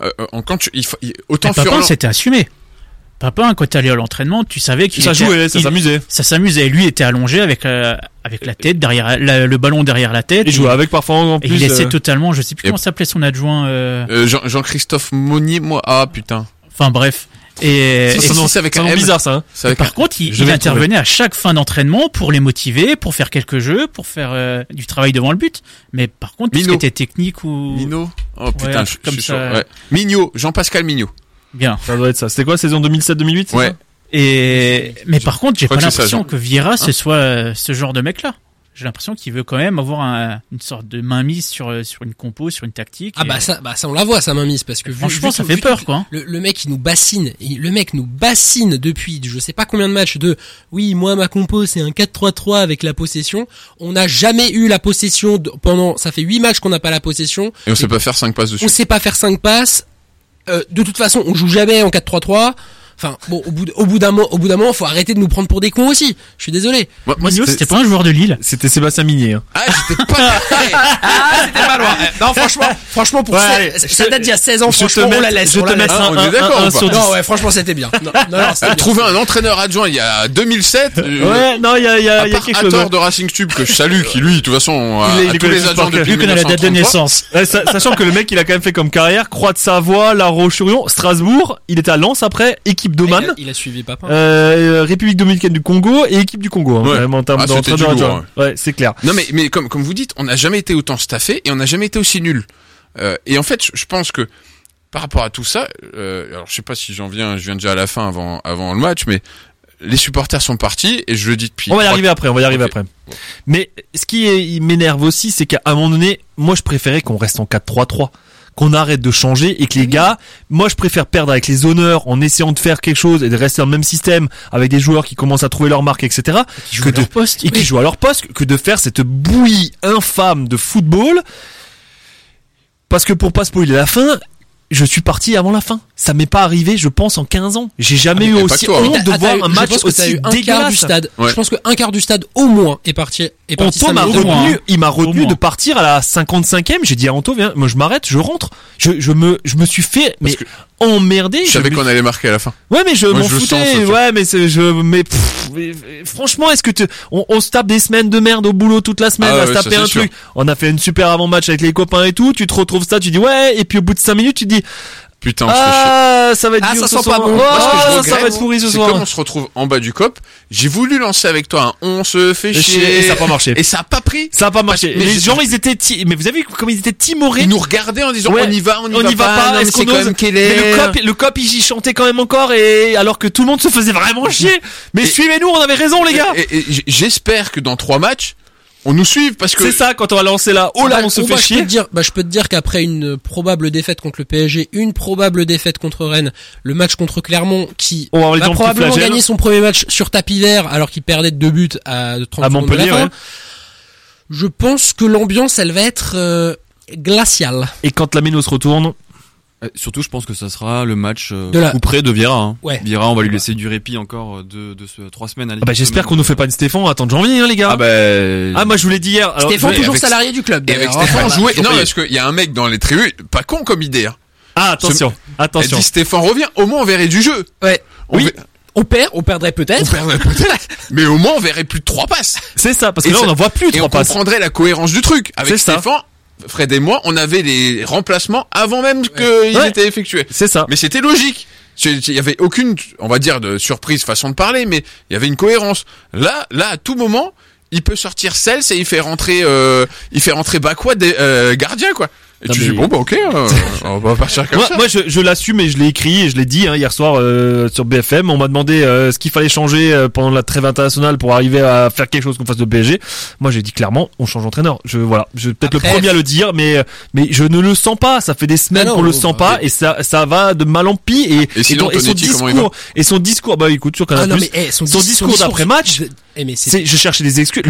Speaker 7: autant
Speaker 6: Papin c'était assumé. Papin, quand t'allais à l'entraînement, tu savais qu'il
Speaker 5: s'amusait.
Speaker 6: Ça s'amusait. Lui était allongé avec la tête derrière, le ballon derrière la tête.
Speaker 5: Il jouait avec parfois en plus.
Speaker 6: Et il laissait totalement, je sais plus comment s'appelait son adjoint.
Speaker 7: Jean-Christophe Monnier, putain.
Speaker 6: Enfin bref.
Speaker 7: C'est avec un nom
Speaker 6: bizarre ça. Hein. Par contre, il intervenait à chaque fin d'entraînement pour les motiver, pour faire quelques jeux, pour faire du travail devant le but. Mais par contre, tout ce qui était technique ou
Speaker 7: Mino. Oh putain, je suis sûr. Ouais. Mignot, Jean-Pascal Mignot.
Speaker 6: Bien.
Speaker 5: Ça doit être ça. C'était quoi, saison 2007-2008?
Speaker 7: Ouais.
Speaker 6: Mais par contre, j'ai pas l'impression que Vieira ce soit ce genre de mec-là. J'ai l'impression qu'il veut quand même avoir une sorte de mainmise sur une compo, sur une tactique.
Speaker 8: Ça on la voit, sa mainmise, parce que
Speaker 6: franchement, ça fait peur, quoi.
Speaker 8: Le mec, il nous bassine. Le mec nous bassine depuis je sais pas combien de matchs oui, moi, ma compo, c'est un 4-3-3 avec la possession. On n'a jamais eu la possession ça fait 8 matchs qu'on n'a pas la possession.
Speaker 7: Et on sait pas faire 5 passes dessus.
Speaker 8: On sait pas faire 5 passes. De toute façon, on joue jamais en 4-3-3. Enfin, bon, au bout d'un moment, faut arrêter de nous prendre pour des cons aussi. Je suis désolé.
Speaker 6: Moi c'était pas un joueur de Lille.
Speaker 5: C'était Sébastien Minier. Hein.
Speaker 7: Ah, j'étais pas.
Speaker 8: C'était pas loin. Non, franchement, ça date d'il y a 16 ans. Franchement, on la laisse.
Speaker 7: On est d'accord ou pas?
Speaker 8: Non, ouais, franchement, c'était bien. Non,
Speaker 7: trouver un entraîneur adjoint il y a 2007.
Speaker 5: Ouais, non, il y a quelque chose.
Speaker 7: Hator de Racing Tube que je salue, qui lui, de toute façon, a tous les adjoints depuis 1933.
Speaker 6: Lui connaît la date de naissance.
Speaker 5: Sachant que le mec, il a quand même fait comme carrière Croix de Savoie, La Roche-sur-Yon, Strasbourg. Il était à Lens après, équipe d'Oman.
Speaker 8: Il a suivi Papin.
Speaker 5: République dominicaine du Congo et équipe du Congo.
Speaker 7: Ouais.
Speaker 5: En termes d'entraîneur adjoint. Ouais, c'est clair.
Speaker 7: Non, mais comme vous dites, on n'a jamais été autant staffé et on n'a jamais été aussi nul. Et en fait, je pense que par rapport à tout ça, alors je sais pas si je viens déjà à la fin avant le match, mais les supporters sont partis et je le dis depuis.
Speaker 5: On va y arriver après. Mais ce qui m'énerve aussi, c'est qu'à un moment donné, moi je préférais qu'on reste en 4-3-3. Qu'on arrête de changer et que les gars, moi je préfère perdre avec les honneurs en essayant de faire quelque chose et de rester dans le même système avec des joueurs qui commencent à trouver leur marque, etc.
Speaker 6: Qui jouent
Speaker 5: à leur poste que de faire cette bouillie infâme de football. Parce que pour pas spoiler la fin, je suis parti avant la fin. Ça m'est pas arrivé, je pense, en 15 ans. J'ai jamais eu aussi honte de voir un match aussi dégueulasse.
Speaker 8: Je pense qu'un quart du stade au moins est parti.
Speaker 5: Anto il m'a retenu de partir à la 55e. J'ai dit à Anto, viens, moi je m'arrête, je rentre. Je me suis fait emmerder.
Speaker 7: Je savais qu'on allait marquer à la fin.
Speaker 5: Ouais, mais je m'en foutais. Ouais, mais franchement, est-ce que on se tape des semaines de merde au boulot toute la semaine à se taper un truc. On a fait une super avant-match avec les copains et tout. Tu te retrouves ça, tu dis ouais, et puis au bout de 5 minutes, tu dis
Speaker 7: putain,
Speaker 5: ça va être dur ce soir.
Speaker 8: Pas bon.
Speaker 5: Ça va être pourri ce soir.
Speaker 7: C'est comme on se retrouve en bas du COP. J'ai voulu lancer avec toi on se fait chier.
Speaker 5: Et ça a pas marché.
Speaker 7: Et ça a pas pris.
Speaker 5: Ça a pas marché. Les gens, ils étaient mais vous avez vu comme ils étaient timorés.
Speaker 7: Ils nous regardaient en disant on y va pas.
Speaker 5: Est-ce qu'on ose? Mais le COP, il y chantait quand même encore et alors que tout le monde se faisait vraiment chier. Mais suivez-nous, on avait raison, les gars.
Speaker 7: Et j'espère que dans 3 matchs, on nous suive parce que
Speaker 5: c'est ça quand on va lancer là. Oh là, on se fait chier.
Speaker 8: Je peux te dire qu'après une probable défaite contre le PSG, une probable défaite contre Rennes, le match contre Clermont qui va probablement gagner son premier match sur tapis vert alors qu'il perdait de 2 buts à 30 secondes de la fin. Je pense que l'ambiance elle va être glaciale.
Speaker 5: Et quand Lamine se retourne,
Speaker 9: surtout, je pense que ça sera le match coup près de Vieira. Hein.
Speaker 8: Ouais.
Speaker 9: Vieira, on va lui laisser du répit encore de 3 semaines.
Speaker 5: J'espère qu'on nous fait pas une Stéphane attendre janvier, hein, les gars. Moi je vous l'ai dit hier.
Speaker 8: Stéphane toujours salarié du club.
Speaker 7: Et avec Stéphane jouer. Non, parce qu'il y a un mec dans les tribunes, pas con comme idée. Hein.
Speaker 5: Ah attention.
Speaker 7: Elle dit Stéphane revient, au moins on verrait du jeu.
Speaker 8: Ouais. On perdrait peut-être.
Speaker 7: Mais au moins on verrait plus de 3 passes.
Speaker 5: C'est ça, parce que là on n'en voit plus 3 passes.
Speaker 7: Et on comprendrait la cohérence du truc. Avec Stéphane, Fred et moi, on avait les remplacements avant même qu'ils étaient effectués.
Speaker 5: C'est ça.
Speaker 7: Mais c'était logique. Il y avait aucune, on va dire, de surprise façon de parler, mais il y avait une cohérence. Là, à tout moment, il peut sortir Cels et il fait rentrer Bakwa gardien, quoi. Et tu dis, bon, bah, ok, on va partir comme ça.
Speaker 5: Moi, je l'assume et je l'ai écrit et je l'ai dit, hier soir, sur BFM. On m'a demandé, ce qu'il fallait changer pendant la trêve internationale pour arriver à faire quelque chose qu'on fasse de PSG. Moi, j'ai dit clairement, on change d'entraîneur. Je vais peut-être le premier à le dire, mais je ne le sens pas. Ça fait des semaines qu'on le sent pas et ça va de mal en pis et son discours, bah, écoute, sur Canal+. Son discours d'après match. Je cherchais des excuses.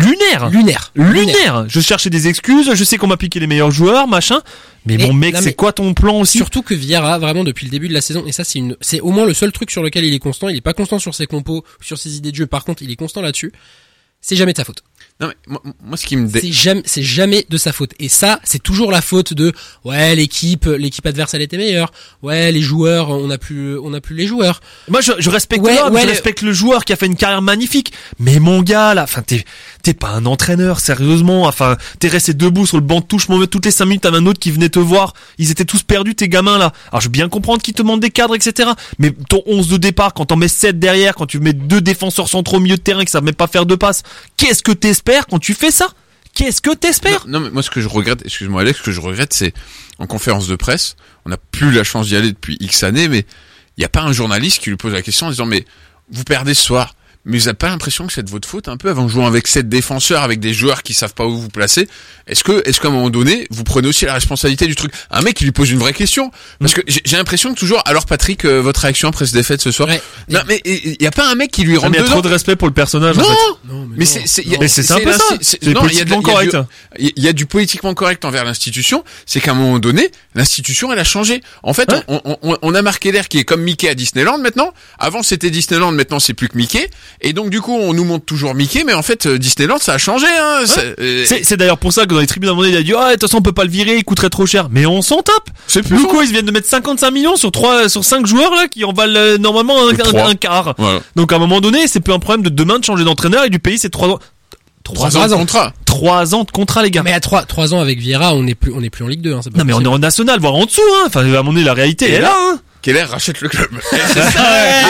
Speaker 5: Lunaire. Je cherchais des excuses. Je sais qu'on m'a piqué les meilleurs joueurs, machin. Mais bon mec, c'est quoi ton plan aussi?
Speaker 8: Surtout que Vieira, vraiment depuis le début de la saison, et ça c'est au moins le seul truc sur lequel il est constant. Il est pas constant sur ses compos, sur ses idées de jeu. Par contre, il est constant là-dessus. C'est jamais de sa faute.
Speaker 7: Non mais moi ce qui me
Speaker 8: c'est jamais de sa faute. Et ça, c'est toujours la faute de l'équipe adverse elle était meilleure. Les joueurs, on a plus les joueurs.
Speaker 5: Moi je respecte je respecte le joueur qui a fait une carrière magnifique. Mais mon gars là, enfin t'es pas un entraîneur sérieusement. Enfin t'es resté debout sur le banc de touche, toutes les 5 minutes t'avais un autre qui venait te voir. Ils étaient tous perdus tes gamins là. Alors je veux bien comprendre qu'ils te demandent des cadres etc. Mais ton 11 de départ quand t'en mets 7 derrière, quand tu mets 2 défenseurs centraux au milieu de terrain qui savent même pas faire 2 passes, qu'est-ce que t'espères quand tu fais ça? Qu'est-ce que t'espères?
Speaker 7: Non mais moi ce que je regrette, excuse-moi Alex, ce que je regrette c'est en conférence de presse, on n'a plus la chance d'y aller depuis X années, mais il y a pas un journaliste qui lui pose la question en disant mais vous perdez ce soir, mais vous n'avez pas l'impression que c'est de votre faute un peu avant de jouer avec 7 défenseurs, avec des joueurs qui savent pas où vous placer? Est-ce qu'à un moment donné, vous prenez aussi la responsabilité du truc? Un mec qui lui pose une vraie question. Parce que j'ai l'impression que toujours, alors Patrick, votre réaction après ce défaite ce soir? Non, mais il y a pas un mec qui lui rentre dedans.
Speaker 5: Il y a trop de respect pour le personnage,
Speaker 7: non!
Speaker 5: En fait.
Speaker 7: Non, mais c'est
Speaker 5: un peu ça. C'est politiquement correct.
Speaker 7: Il y a du politiquement correct envers l'institution. C'est qu'à un moment donné, l'institution, elle a changé. En fait, on a marqué l'air qui est comme Mickey à Disneyland maintenant. Avant, c'était Disneyland, maintenant c'est plus que Mickey. Et donc, du coup, on nous montre toujours Mickey, mais en fait, Disneyland, ça a changé, hein.
Speaker 5: C'est d'ailleurs pour ça que dans les tribunes à un moment donné, il a dit, de toute façon, on peut pas le virer, il coûterait trop cher. Mais on s'en tape.
Speaker 7: C'est plus
Speaker 5: quoi, ils viennent de mettre 55 millions sur 5 joueurs, là, qui en valent, normalement un quart. Voilà. Donc, à un moment donné, c'est plus un problème de demain de changer d'entraîneur et du pays, c'est 3 ans.
Speaker 7: 3 ans de contrat.
Speaker 5: 3 ans de contrat, les gars.
Speaker 8: Mais à 3 ans avec Vieira, on est plus en Ligue 2, hein.
Speaker 5: Non, mais on est en national, voire en dessous, hein. Enfin, à un moment donné, la réalité est là, hein.
Speaker 7: Keller rachète le club.
Speaker 5: C'est ça,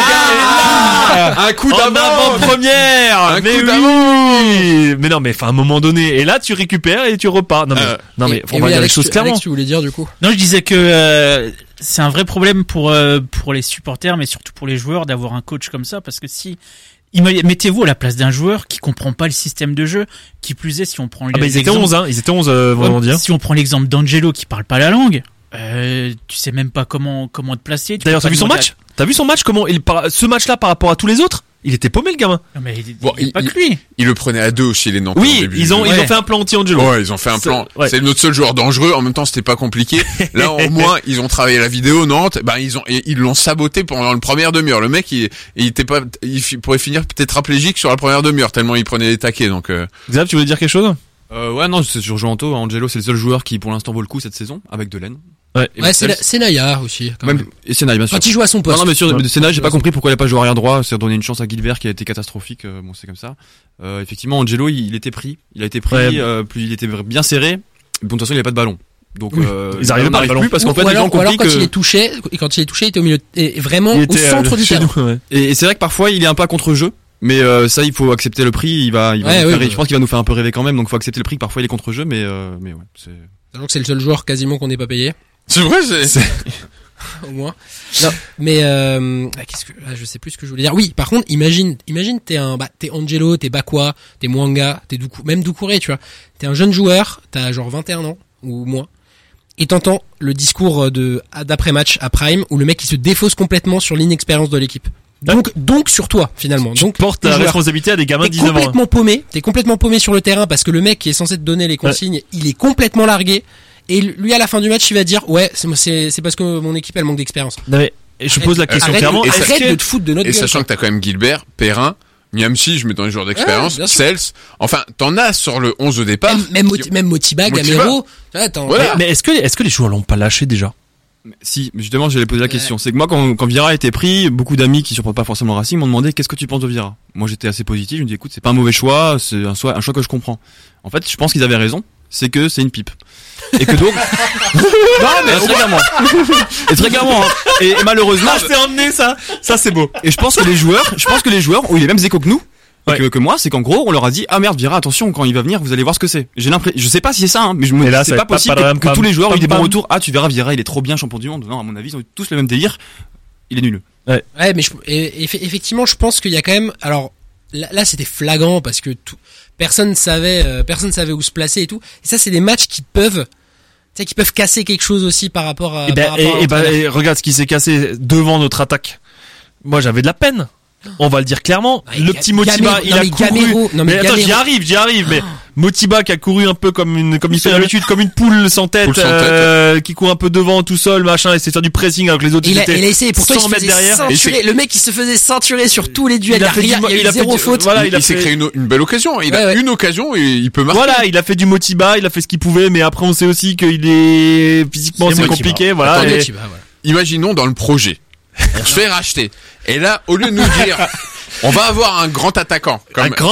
Speaker 7: un coup d'avant
Speaker 5: première. Mais oui. Mais non, mais enfin à un moment donné, et là tu récupères et tu repars. Non mais on va dire les choses clairement.
Speaker 8: Alex, tu voulais dire du coup?
Speaker 6: Non, je disais que c'est un vrai problème pour les supporters, mais surtout pour les joueurs d'avoir un coach comme ça, parce que si mettez-vous à la place d'un joueur qui comprend pas le système de jeu, qui plus est si on prend
Speaker 5: ils étaient 11 hein, ils étaient 11 vendredi.
Speaker 6: Si on prend l'exemple d'Angelo qui parle pas la langue, tu sais même pas comment te placer.
Speaker 5: D'ailleurs, t'as vu son match? Comment ce match-là par rapport à tous les autres? Il était paumé le gamin.
Speaker 6: Non mais il pas que lui.
Speaker 7: Il le prenait à 2 aussi les Nantais.
Speaker 5: Oui, ils ont fait un plan anti-Angelo.
Speaker 7: Ouais, ils ont fait un plan. C'est notre seul joueur dangereux. En même temps, c'était pas compliqué. Là, au moins, ils ont travaillé la vidéo Nantes. Ils l'ont saboté pendant la première demi-heure. Le mec, il pourrait finir tétraplégique sur la première demi-heure tellement il prenait les taquets. Donc.
Speaker 5: Xav, tu voulais dire quelque chose?
Speaker 9: Non, c'est sur Joanto. Angelo, c'est le seul joueur qui, pour l'instant, vaut le coup cette saison, avec Delaine.
Speaker 8: C'est Naya aussi.
Speaker 9: Et c'est Naya, bien sûr.
Speaker 8: Quand il joue à son poste.
Speaker 9: Non, mais c'est Naya, j'ai pas compris pourquoi il a pas joué arrière droit. C'est redonner une chance à Gilbert qui a été catastrophique. Bon, c'est comme ça. Effectivement, Angelo, il était pris. Il a été pris, plus il était bien serré. Bon, de toute façon, il avait pas de ballon. Donc,
Speaker 5: ils arrivaient pas
Speaker 9: plus parce qu'en fait,
Speaker 8: alors quand il est touché, il était au milieu, et vraiment au centre du terrain.
Speaker 9: Et c'est vrai que parfois, il est un peu à contre-jeu. Mais ça, il faut accepter le prix. Je pense qu'il va nous faire un peu rêver quand même. Donc, il faut accepter le prix. Parfois, il est contre-jeu, mais ouais, c'est.
Speaker 8: Sachant que c'est le seul joueur quasiment qu'on n'ait pas payé.
Speaker 7: C'est vrai,
Speaker 8: au moins. Non, mais je sais plus ce que je voulais dire. Oui, par contre, imagine t'es Angelo, t'es Bakwa, t'es Mwanga, t'es même Doucouré, tu vois. T'es un jeune joueur, t'as genre 21 ans ou moins. Et t'entends le discours d'après-match à Prime où le mec il se défausse complètement sur l'inexpérience de l'équipe. Donc sur toi finalement.
Speaker 5: Donc porte la responsabilité à des gamins de 19 ans.
Speaker 8: T'es complètement paumé sur le terrain parce que le mec qui est censé te donner les consignes, il est complètement largué. Et lui, à la fin du match, il va dire, c'est parce que mon équipe, elle manque d'expérience.
Speaker 5: Non, mais je pose la question clairement.
Speaker 8: Arrête de te foutre de notre gueule.
Speaker 7: Et sachant que t'as quand même Gilbert, Perrin, Niamsi, je mets dans les joueurs d'expérience, Cels. Enfin, t'en as sur le 11 de départ.
Speaker 8: Même Motiba, Gamero.
Speaker 5: Voilà. Mais est-ce que les joueurs l'ont pas lâché déjà?
Speaker 9: Si, justement, j'allais poser la question. C'est que moi, quand Vieira a été pris, beaucoup d'amis qui supportent pas forcément le Racing m'ont demandé qu'est-ce que tu penses de Vieira. Moi, j'étais assez positif. Je me dis, écoute, c'est pas un mauvais choix, c'est un choix que je comprends. En fait, je pense qu'ils avaient raison. c'est que c'est une pipe. Et que donc non mais très clairement et très clairement hein. et malheureusement
Speaker 5: c'est emmené ça c'est beau.
Speaker 9: Et je pense que les joueurs ont eu les mêmes échos que nous. Ouais. Que moi, c'est qu'en gros, on leur a dit, ah merde, Vieira, attention, quand il va venir, vous allez voir ce que c'est. J'ai l'impression, je sais pas si c'est ça, hein, mais c'est pas possible que tous les joueurs aient eu des bons retours. Ah, tu verras, Vieira, il est trop bien champion du monde. Non, à mon avis, ils ont tous le même délire. Il est nul.
Speaker 8: Ouais, mais effectivement, je pense qu'il y a quand même, alors, là, c'était flagrant parce que personne savait où se placer et tout. Et ça, c'est des matchs qui peuvent casser quelque chose aussi par rapport à,
Speaker 5: et regarde ce qui s'est cassé devant notre attaque. Moi, j'avais de la peine. On va le dire clairement. Le petit Motiba, il a couru. Mais attends, j'y arrive. Mais Motiba qui a couru un peu comme il fait d'habitude, comme une poule sans tête, qui court un peu devant tout seul, machin, et c'est faire du pressing alors que les autres
Speaker 8: il a essayé. Pourtant, il se faisait ceinturer. Le mec, il se faisait ceinturer sur tous les duels. Il a eu zéro faute.
Speaker 7: Voilà, il s'est créé une belle occasion. Il a une occasion et il peut marquer.
Speaker 5: Voilà, il a fait du Motiba, il a fait ce qu'il pouvait, mais après, on sait aussi qu'il est physiquement, c'est compliqué. Voilà.
Speaker 7: Imaginons dans le projet. On se fait racheter. Et là, au lieu de nous dire, on va avoir un grand attaquant.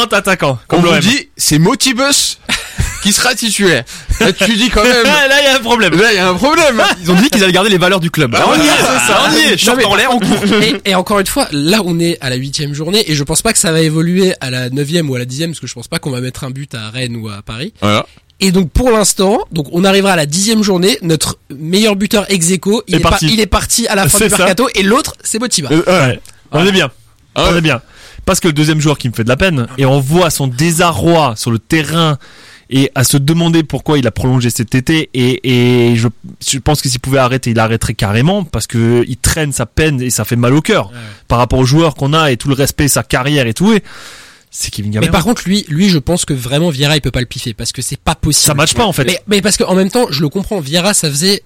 Speaker 5: Comme
Speaker 7: on nous dit, c'est Motibus qui sera titulaire. Là, tu dis quand même.
Speaker 5: Là, il y a un problème.
Speaker 9: Ils ont dit qu'ils allaient garder les valeurs du club.
Speaker 5: Alors, on y est, c'est ça. On y est. Short en l'air, on court.
Speaker 8: Et encore une fois, là, on est à la 8e journée et je pense pas que ça va évoluer à la 9e ou à la 10e parce que je pense pas qu'on va mettre un but à Rennes ou à Paris.
Speaker 7: Voilà.
Speaker 8: Et donc pour l'instant, on arrivera à la 10e journée, notre meilleur buteur ex aequo, il est parti à la fin du mercato et l'autre c'est Motiba.
Speaker 5: On est bien. Parce que le deuxième joueur qui me fait de la peine et on voit son désarroi sur le terrain et à se demander pourquoi il a prolongé cet été et je pense que s'il pouvait arrêter, il arrêterait carrément parce que il traîne sa peine et ça fait mal au cœur par rapport aux joueurs qu'on a et tout le respect, sa carrière et tout. C'est Kevin Gamero.
Speaker 8: Mais par contre, lui, je pense que vraiment Vieira, il peut pas le piffer parce que c'est pas possible.
Speaker 5: Ça matche pas, en fait.
Speaker 8: Mais parce que, en même temps, je le comprends. Vieira, ça faisait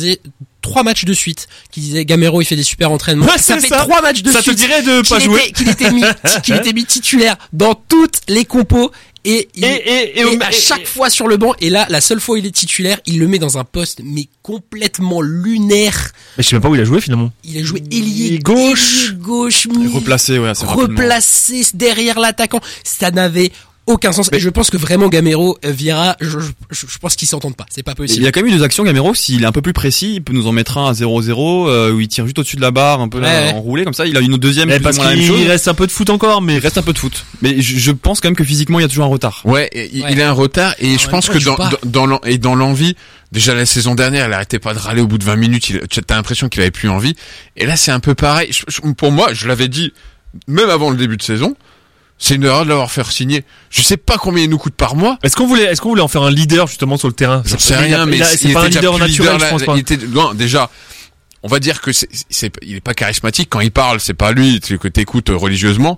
Speaker 8: 3 matchs de suite qui disaient Gamero, il fait des super entraînements.
Speaker 5: Ouais,
Speaker 8: ça fait 3 matchs de suite.
Speaker 5: Ça te dirait de pas jouer.
Speaker 8: Qu'il était mis titulaire dans toutes les compos. Et à chaque fois sur le banc, et là, la seule fois où il est titulaire, il le met dans un poste, mais complètement lunaire.
Speaker 5: Mais je sais même pas où il a joué finalement.
Speaker 8: Il a joué ailier
Speaker 5: gauche,
Speaker 9: replacé,
Speaker 8: replacé derrière l'attaquant. Ça n'avait aucun sens. Et je pense que vraiment Gamero, Vieira, je pense qu'ils s'entendent pas. C'est pas possible.
Speaker 9: Il y a quand même eu 2 actions Gamero. S'il est un peu plus précis, il peut nous en mettre un à 0-0 où il tire juste au-dessus de la barre, un peu enroulé comme ça. Il a une deuxième.
Speaker 5: Parce qu'il reste un peu de foot encore, mais
Speaker 9: il reste un peu de foot. Mais je pense quand même que physiquement il y a toujours un retard.
Speaker 7: Ouais, il a un retard et je pense que dans l'envie. Déjà la saison dernière, il arrêtait pas de râler au bout de 20 minutes. T'as l'impression qu'il avait plus envie. Et là, c'est un peu pareil. Pour moi, je l'avais dit même avant le début de saison. C'est une erreur de l'avoir fait signer. Je sais pas combien il nous coûte par mois.
Speaker 5: Est-ce qu'on voulait en faire un leader justement sur le terrain?
Speaker 7: J'en sais rien, mais
Speaker 5: c'est pas un leader naturel, je pense pas.
Speaker 7: Non, déjà, on va dire que il est pas charismatique quand il parle. C'est pas lui que t'écoutes religieusement.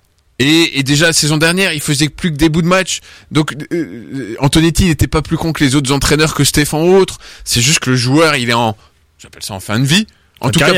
Speaker 7: Et déjà la saison dernière, il faisait plus que des bouts de match. Donc Antonetti, il était pas plus con que les autres entraîneurs, que Stéphane ou autres. C'est juste que le joueur, il est j'appelle ça en fin de vie. En tout cas,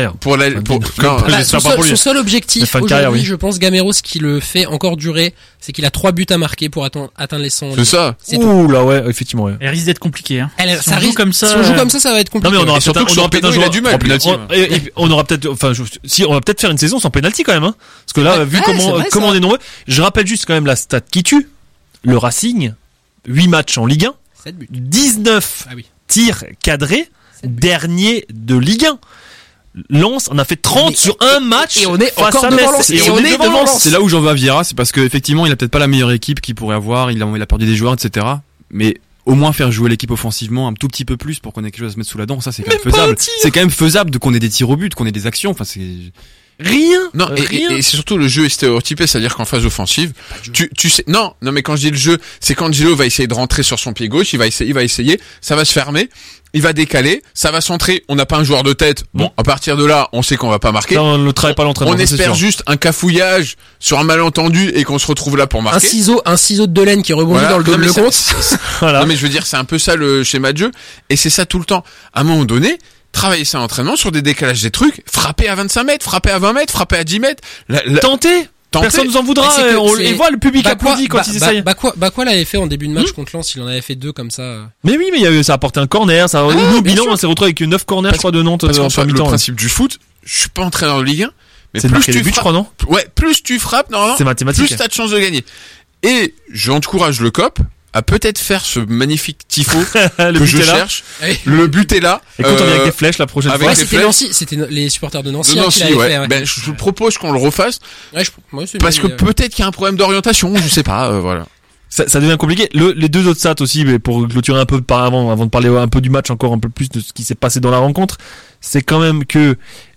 Speaker 8: son seul objectif aujourd'hui, je pense, Gamero, ce qui le fait encore durer, c'est qu'il a 3 buts à marquer pour atteindre les 100.
Speaker 7: C'est ça.
Speaker 5: Ouh là, ouais, effectivement, ouais.
Speaker 6: Elle risque d'être compliqué, hein.
Speaker 8: Si on joue comme ça, ça va être compliqué.
Speaker 5: Non, mais on aura peut-être un joueur
Speaker 7: du mal.
Speaker 5: On aura peut-être, on va peut-être faire une saison sans penalty quand même, hein. Parce que là, vu comment on est nombreux, je rappelle juste quand même la stat qui tue. Le Racing, 8 matchs en Ligue 1.
Speaker 8: 7 buts.
Speaker 5: 19 tirs cadrés. Dernier de Ligue 1. Lens, on a fait 30 sur un match
Speaker 8: et on est encore devant Lens.
Speaker 5: Et on est devant Lens.
Speaker 9: C'est là où j'en veux à Vieira, c'est parce que effectivement, il a peut-être pas la meilleure équipe qu'il pourrait avoir, il a perdu des joueurs, etc. Mais au moins faire jouer l'équipe offensivement un tout petit peu plus pour qu'on ait quelque chose à se mettre sous la dent, ça c'est quand même faisable. C'est quand même faisable qu'on ait des tirs au but, qu'on ait des actions, enfin c'est
Speaker 5: rien.
Speaker 7: Non, et c'est surtout le jeu est stéréotypé, c'est-à-dire qu'en phase offensive, tu sais, non, mais quand je dis le jeu, c'est quand Gilo va essayer de rentrer sur son pied gauche, il va essayer, ça va se fermer, il va décaler, ça va centrer, on n'a pas un joueur de tête, bon, à partir de là, on sait qu'on va pas marquer.
Speaker 5: Non, on ne travaille pas l'entraînement.
Speaker 7: On espère juste un cafouillage sur un malentendu et qu'on se retrouve là pour marquer.
Speaker 8: Un ciseau de Delaine qui rebondit dans le dos de le compte.
Speaker 7: Voilà. Non, mais je veux dire, c'est un peu ça le schéma de jeu, et c'est ça tout le temps. À un moment donné, travailler ça en entraînement sur des décalages des trucs, frapper à 25 mètres, frapper à 20 mètres, frapper à 10 mètres.
Speaker 5: Tenter. Personne nous en voudra. Et voit le public applaudit quand ils essayent.
Speaker 8: Bakwa l'avait fait en début de match contre Lens, il en avait fait 2 comme ça.
Speaker 5: Mais oui, mais ça a apporté un corner, ça. Nous, bilan, on s'est retrouvé avec 9 corners, je crois, de Nantes.
Speaker 7: Parce qu'en fait, le principe du foot, je suis pas entraîneur de Ligue 1, mais plus tu frappes,
Speaker 5: je crois, non?
Speaker 7: Ouais, plus tu frappes, normalement,
Speaker 5: c'est mathématique.
Speaker 7: Plus t'as de chances de gagner. Et j'encourage le COP à peut-être faire ce magnifique tifo
Speaker 5: Le
Speaker 7: que
Speaker 5: but
Speaker 7: je
Speaker 5: est là.
Speaker 7: cherche.
Speaker 8: Ouais.
Speaker 7: Le but est là.
Speaker 5: Et quand on vient avec des flèches la prochaine
Speaker 7: avec
Speaker 5: fois.
Speaker 8: Ouais,
Speaker 7: les
Speaker 8: c'était
Speaker 7: flèches.
Speaker 8: Nancy, c'était les supporters de Nancy,
Speaker 7: De
Speaker 8: qui
Speaker 7: Nancy,
Speaker 8: l'avaient
Speaker 7: ouais.
Speaker 8: fait, ouais.
Speaker 7: Ben, je propose qu'on le refasse
Speaker 8: Ouais, moi aussi,
Speaker 7: parce que
Speaker 8: mais,
Speaker 7: peut-être qu'il y a un problème d'orientation, je sais pas, voilà.
Speaker 5: Ça devient compliqué. Les deux autres stats aussi, mais pour clôturer un peu avant de parler un peu du match, encore un peu plus de ce qui s'est passé dans la rencontre, c'est quand même que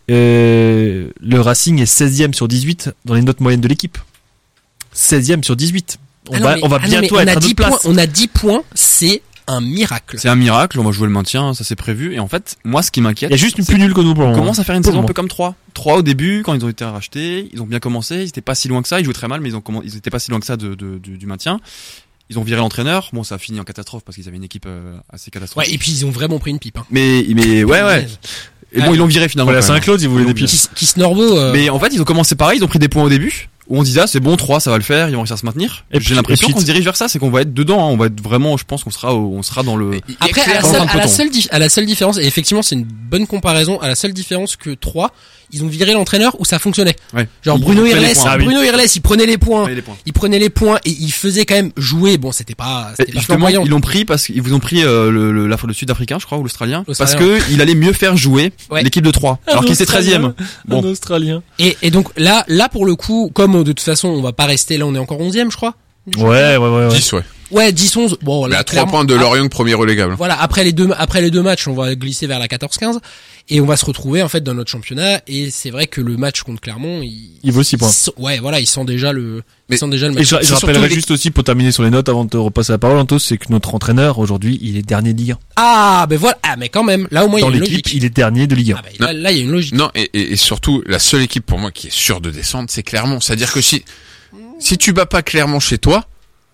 Speaker 5: le Racing est 16e sur 18 dans les notes moyennes de l'équipe. 16e sur 18. On va bientôt être à 10 places.
Speaker 8: On a 10 points, c'est un miracle.
Speaker 9: C'est un miracle, on va jouer le maintien, ça c'est prévu. Et en fait, moi ce qui m'inquiète,
Speaker 5: Il y a juste une plus nulle que nous pour le
Speaker 9: on
Speaker 5: moment.
Speaker 9: commence à faire une
Speaker 5: Pour
Speaker 9: saison
Speaker 5: le
Speaker 9: un peu comme 3. 3 au début, quand ils ont été rachetés, ils ont bien commencé, ils étaient pas si loin que ça, ils jouaient très mal, mais ils étaient pas si loin que ça du maintien. Ils ont viré l'entraîneur, bon ça a fini en catastrophe parce qu'ils avaient une équipe assez catastrophique.
Speaker 8: Ouais, et puis ils ont vraiment pris une pipe, hein.
Speaker 9: Mais ouais. Et bon, ils l'ont viré finalement.
Speaker 5: Voilà,
Speaker 9: quand même.
Speaker 5: Saint-Claude, ils voulaient des pieds.
Speaker 8: Qui Snorbo,
Speaker 9: Mais en fait, ils ont commencé pareil, ils ont pris des points au début, où on disait, c'est bon, 3, ça va le faire, ils vont réussir à se maintenir.
Speaker 5: Et
Speaker 9: J'ai
Speaker 5: puis-
Speaker 9: l'impression
Speaker 5: et puis-
Speaker 9: qu'on se dirige vers ça, c'est qu'on va être dedans, hein, on va être vraiment, je pense qu'on sera dans le...
Speaker 8: Après, à
Speaker 9: clairement
Speaker 8: la
Speaker 9: un
Speaker 8: seule différence, et effectivement, c'est une bonne comparaison, à la seule différence que 3, ils ont viré l'entraîneur où ça fonctionnait.
Speaker 9: Ouais.
Speaker 8: Genre
Speaker 9: Ils
Speaker 8: Bruno
Speaker 9: prenaient les
Speaker 8: Irles,
Speaker 9: points.
Speaker 8: Bruno Irles, il prenait les points.
Speaker 9: les points.
Speaker 8: Il prenait les points et il faisait quand même jouer. Bon, c'était pas
Speaker 9: Justement,
Speaker 8: flamboyant.
Speaker 9: ils l'ont pris parce qu'ils vous ont pris le Sud-Africain, je crois, ou l'Australien, parce
Speaker 8: L'Australien.
Speaker 9: que il allait mieux faire jouer
Speaker 8: Ouais.
Speaker 9: l'équipe de 3, alors qu'il était 13e. Bon.
Speaker 5: Un Australien.
Speaker 8: Et donc là, pour le coup, comme de toute façon, on va pas rester là, on est encore 11e, je crois.
Speaker 5: Ouais.
Speaker 7: 10, ouais.
Speaker 8: Ouais, 10-11. Bon,
Speaker 7: Mais
Speaker 8: là,
Speaker 7: à 3
Speaker 8: clairement,
Speaker 7: points de Lorient, premier relégable.
Speaker 8: Voilà, après les deux matchs, on va glisser vers la 14-15 et on va se retrouver en fait dans notre championnat et c'est vrai que le match contre Clermont,
Speaker 5: Il vaut 6 points.
Speaker 8: Ouais, voilà, il sent déjà le
Speaker 7: Mais-
Speaker 8: match.
Speaker 5: Et je
Speaker 8: C'est
Speaker 5: rappellerai
Speaker 8: surtout
Speaker 5: juste aussi pour terminer sur les notes avant de te repasser la parole, Antos, c'est que notre entraîneur aujourd'hui, il est dernier de Ligue 1.
Speaker 8: Ah, ben voilà, mais quand même, là au moins il y
Speaker 5: Dans
Speaker 8: a une
Speaker 5: l'équipe,
Speaker 8: logique.
Speaker 5: il est dernier de Ligue 1.
Speaker 8: Ah, ben, là, il y a une logique.
Speaker 7: Non, et surtout, la seule équipe pour moi qui est sûre de descendre, c'est Clermont. C'est-à-dire que si tu bats pas Clermont chez toi,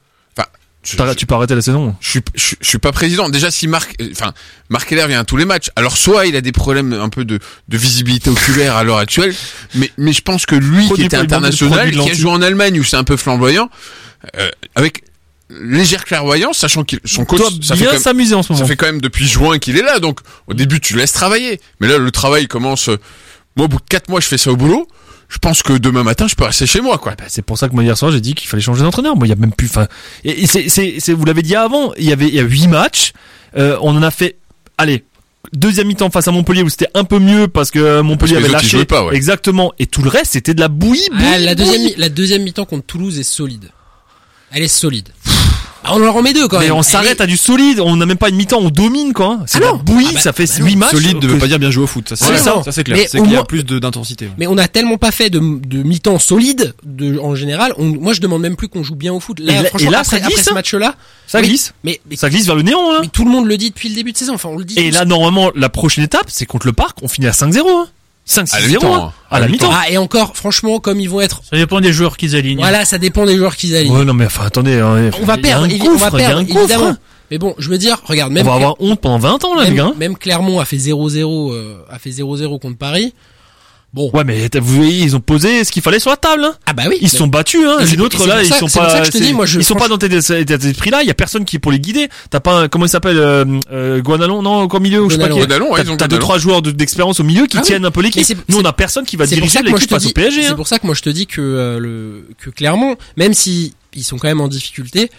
Speaker 5: Tu peux arrêter la saison.
Speaker 7: je suis pas président. Déjà, si Marc Heller vient à tous les matchs, alors soit il a des problèmes un peu de visibilité oculaire à l'heure actuelle, mais je pense que lui
Speaker 5: Produit
Speaker 7: qui était
Speaker 5: pour les bandes de
Speaker 7: international,
Speaker 5: produits de
Speaker 7: qui a
Speaker 5: lentilles.
Speaker 7: joué en Allemagne où c'est un peu flamboyant, avec légère clairvoyance, sachant qu'il son coach,
Speaker 5: Doit
Speaker 7: ça fait
Speaker 5: bien
Speaker 7: quand même,
Speaker 5: s'amuser en ce
Speaker 7: ça
Speaker 5: moment.
Speaker 7: fait quand même depuis juin qu'il est là, donc au début tu laisses travailler, mais là le travail commence. Moi, au bout de 4 mois, je fais ça au boulot. Je pense que demain matin, je peux rester chez moi, quoi.
Speaker 5: Bah, c'est pour ça que moi hier soir j'ai dit qu'il fallait changer d'entraîneur. Moi il y a même plus. Enfin, et c'est vous l'avez dit avant. Il y a 8 matchs. On en a fait. Allez. Deuxième mi-temps face à Montpellier où c'était un peu mieux parce que Montpellier
Speaker 7: Parce que les
Speaker 5: avait
Speaker 7: autres, ils
Speaker 5: lâché.
Speaker 7: jouaient pas, ouais.
Speaker 5: Exactement. Et tout le reste c'était de la bouillie.
Speaker 8: Ah, la deuxième mi-temps contre Toulouse est solide. Elle est solide. Ah, on en remet deux quand même.
Speaker 5: Mais on s'arrête à du solide. On n'a même pas une mi-temps. On domine quoi. C'est de la
Speaker 8: non.
Speaker 5: bouillie.
Speaker 8: Ah bah,
Speaker 5: ça fait
Speaker 8: bah
Speaker 5: 8 matchs.
Speaker 9: Solide ne veut
Speaker 5: que-
Speaker 9: pas dire bien jouer au foot, ça
Speaker 8: C'est
Speaker 9: c'est
Speaker 8: ça.
Speaker 9: ça c'est clair.
Speaker 8: Mais
Speaker 9: C'est
Speaker 8: au
Speaker 9: qu'il y a
Speaker 8: moins-
Speaker 9: plus d'intensité. Ouais.
Speaker 8: Mais on a tellement pas fait de mi-temps solide en général. Moi, je demande même plus qu'on joue bien au foot. Là,
Speaker 5: Et là-
Speaker 8: franchement,
Speaker 5: et là,
Speaker 8: après,
Speaker 5: ça glisse,
Speaker 8: après ce
Speaker 5: hein.
Speaker 8: match-là,
Speaker 5: Ça
Speaker 8: oui,
Speaker 5: glisse.
Speaker 8: Mais
Speaker 5: Ça glisse vers le néant là.
Speaker 8: mais tout le monde le dit depuis le début de saison. Enfin, on le dit.
Speaker 5: Et
Speaker 8: tous.
Speaker 5: là, normalement, la prochaine étape, c'est contre le Parc, on finit à 5-0, hein. 5-6-0,
Speaker 7: À la mi-temps,
Speaker 5: hein. À la mi-temps.
Speaker 8: Ah, et encore, franchement, comme ils vont être,
Speaker 6: Ça dépend des joueurs qu'ils alignent.
Speaker 8: voilà, ça dépend des joueurs qu'ils alignent.
Speaker 5: Ouais, non, mais enfin, attendez, hein,
Speaker 8: On va
Speaker 5: il y a
Speaker 8: perdre,
Speaker 5: un
Speaker 8: on va
Speaker 5: gouffre, il y a
Speaker 8: perdre,
Speaker 5: un gouffre.
Speaker 8: évidemment. Mais bon, je veux dire, regarde,
Speaker 5: On
Speaker 8: même
Speaker 5: va avoir honte pendant 20 ans, là, les gars.
Speaker 8: même Clermont a fait 0-0, contre Paris. Bon.
Speaker 5: Ouais, mais vous voyez, ils ont posé ce qu'il fallait sur la table, hein.
Speaker 8: Ah bah oui.
Speaker 5: Ils se sont battus, hein.
Speaker 8: Et c'est-
Speaker 5: Les autres,
Speaker 8: et c'est
Speaker 5: là,
Speaker 8: pour
Speaker 5: ils
Speaker 8: ça-
Speaker 5: sont
Speaker 8: c'est pour
Speaker 5: pas,
Speaker 8: ça que je te dis, moi,
Speaker 5: ils sont pas dans tes esprits-là. Il y a personne qui est pour les guider. T'as pas comment il s'appelle, Guanalon, non, encore milieu, ou je sais pas qui.
Speaker 7: Guanalon, ouais, ils ont
Speaker 5: T'as 2-3
Speaker 7: Guanalon.
Speaker 5: joueurs d'expérience au milieu qui
Speaker 8: Ah oui.
Speaker 5: tiennent un peu l'équipe.
Speaker 8: Mais c'est-
Speaker 5: Nous, on a personne qui va
Speaker 8: C'est pour
Speaker 5: diriger
Speaker 8: ça que moi je
Speaker 5: l'équipe
Speaker 8: te
Speaker 5: face au
Speaker 8: dis,
Speaker 5: PSG,
Speaker 8: c'est
Speaker 5: hein.
Speaker 8: pour ça que moi je te dis que que clairement, même si ils sont quand même en difficulté,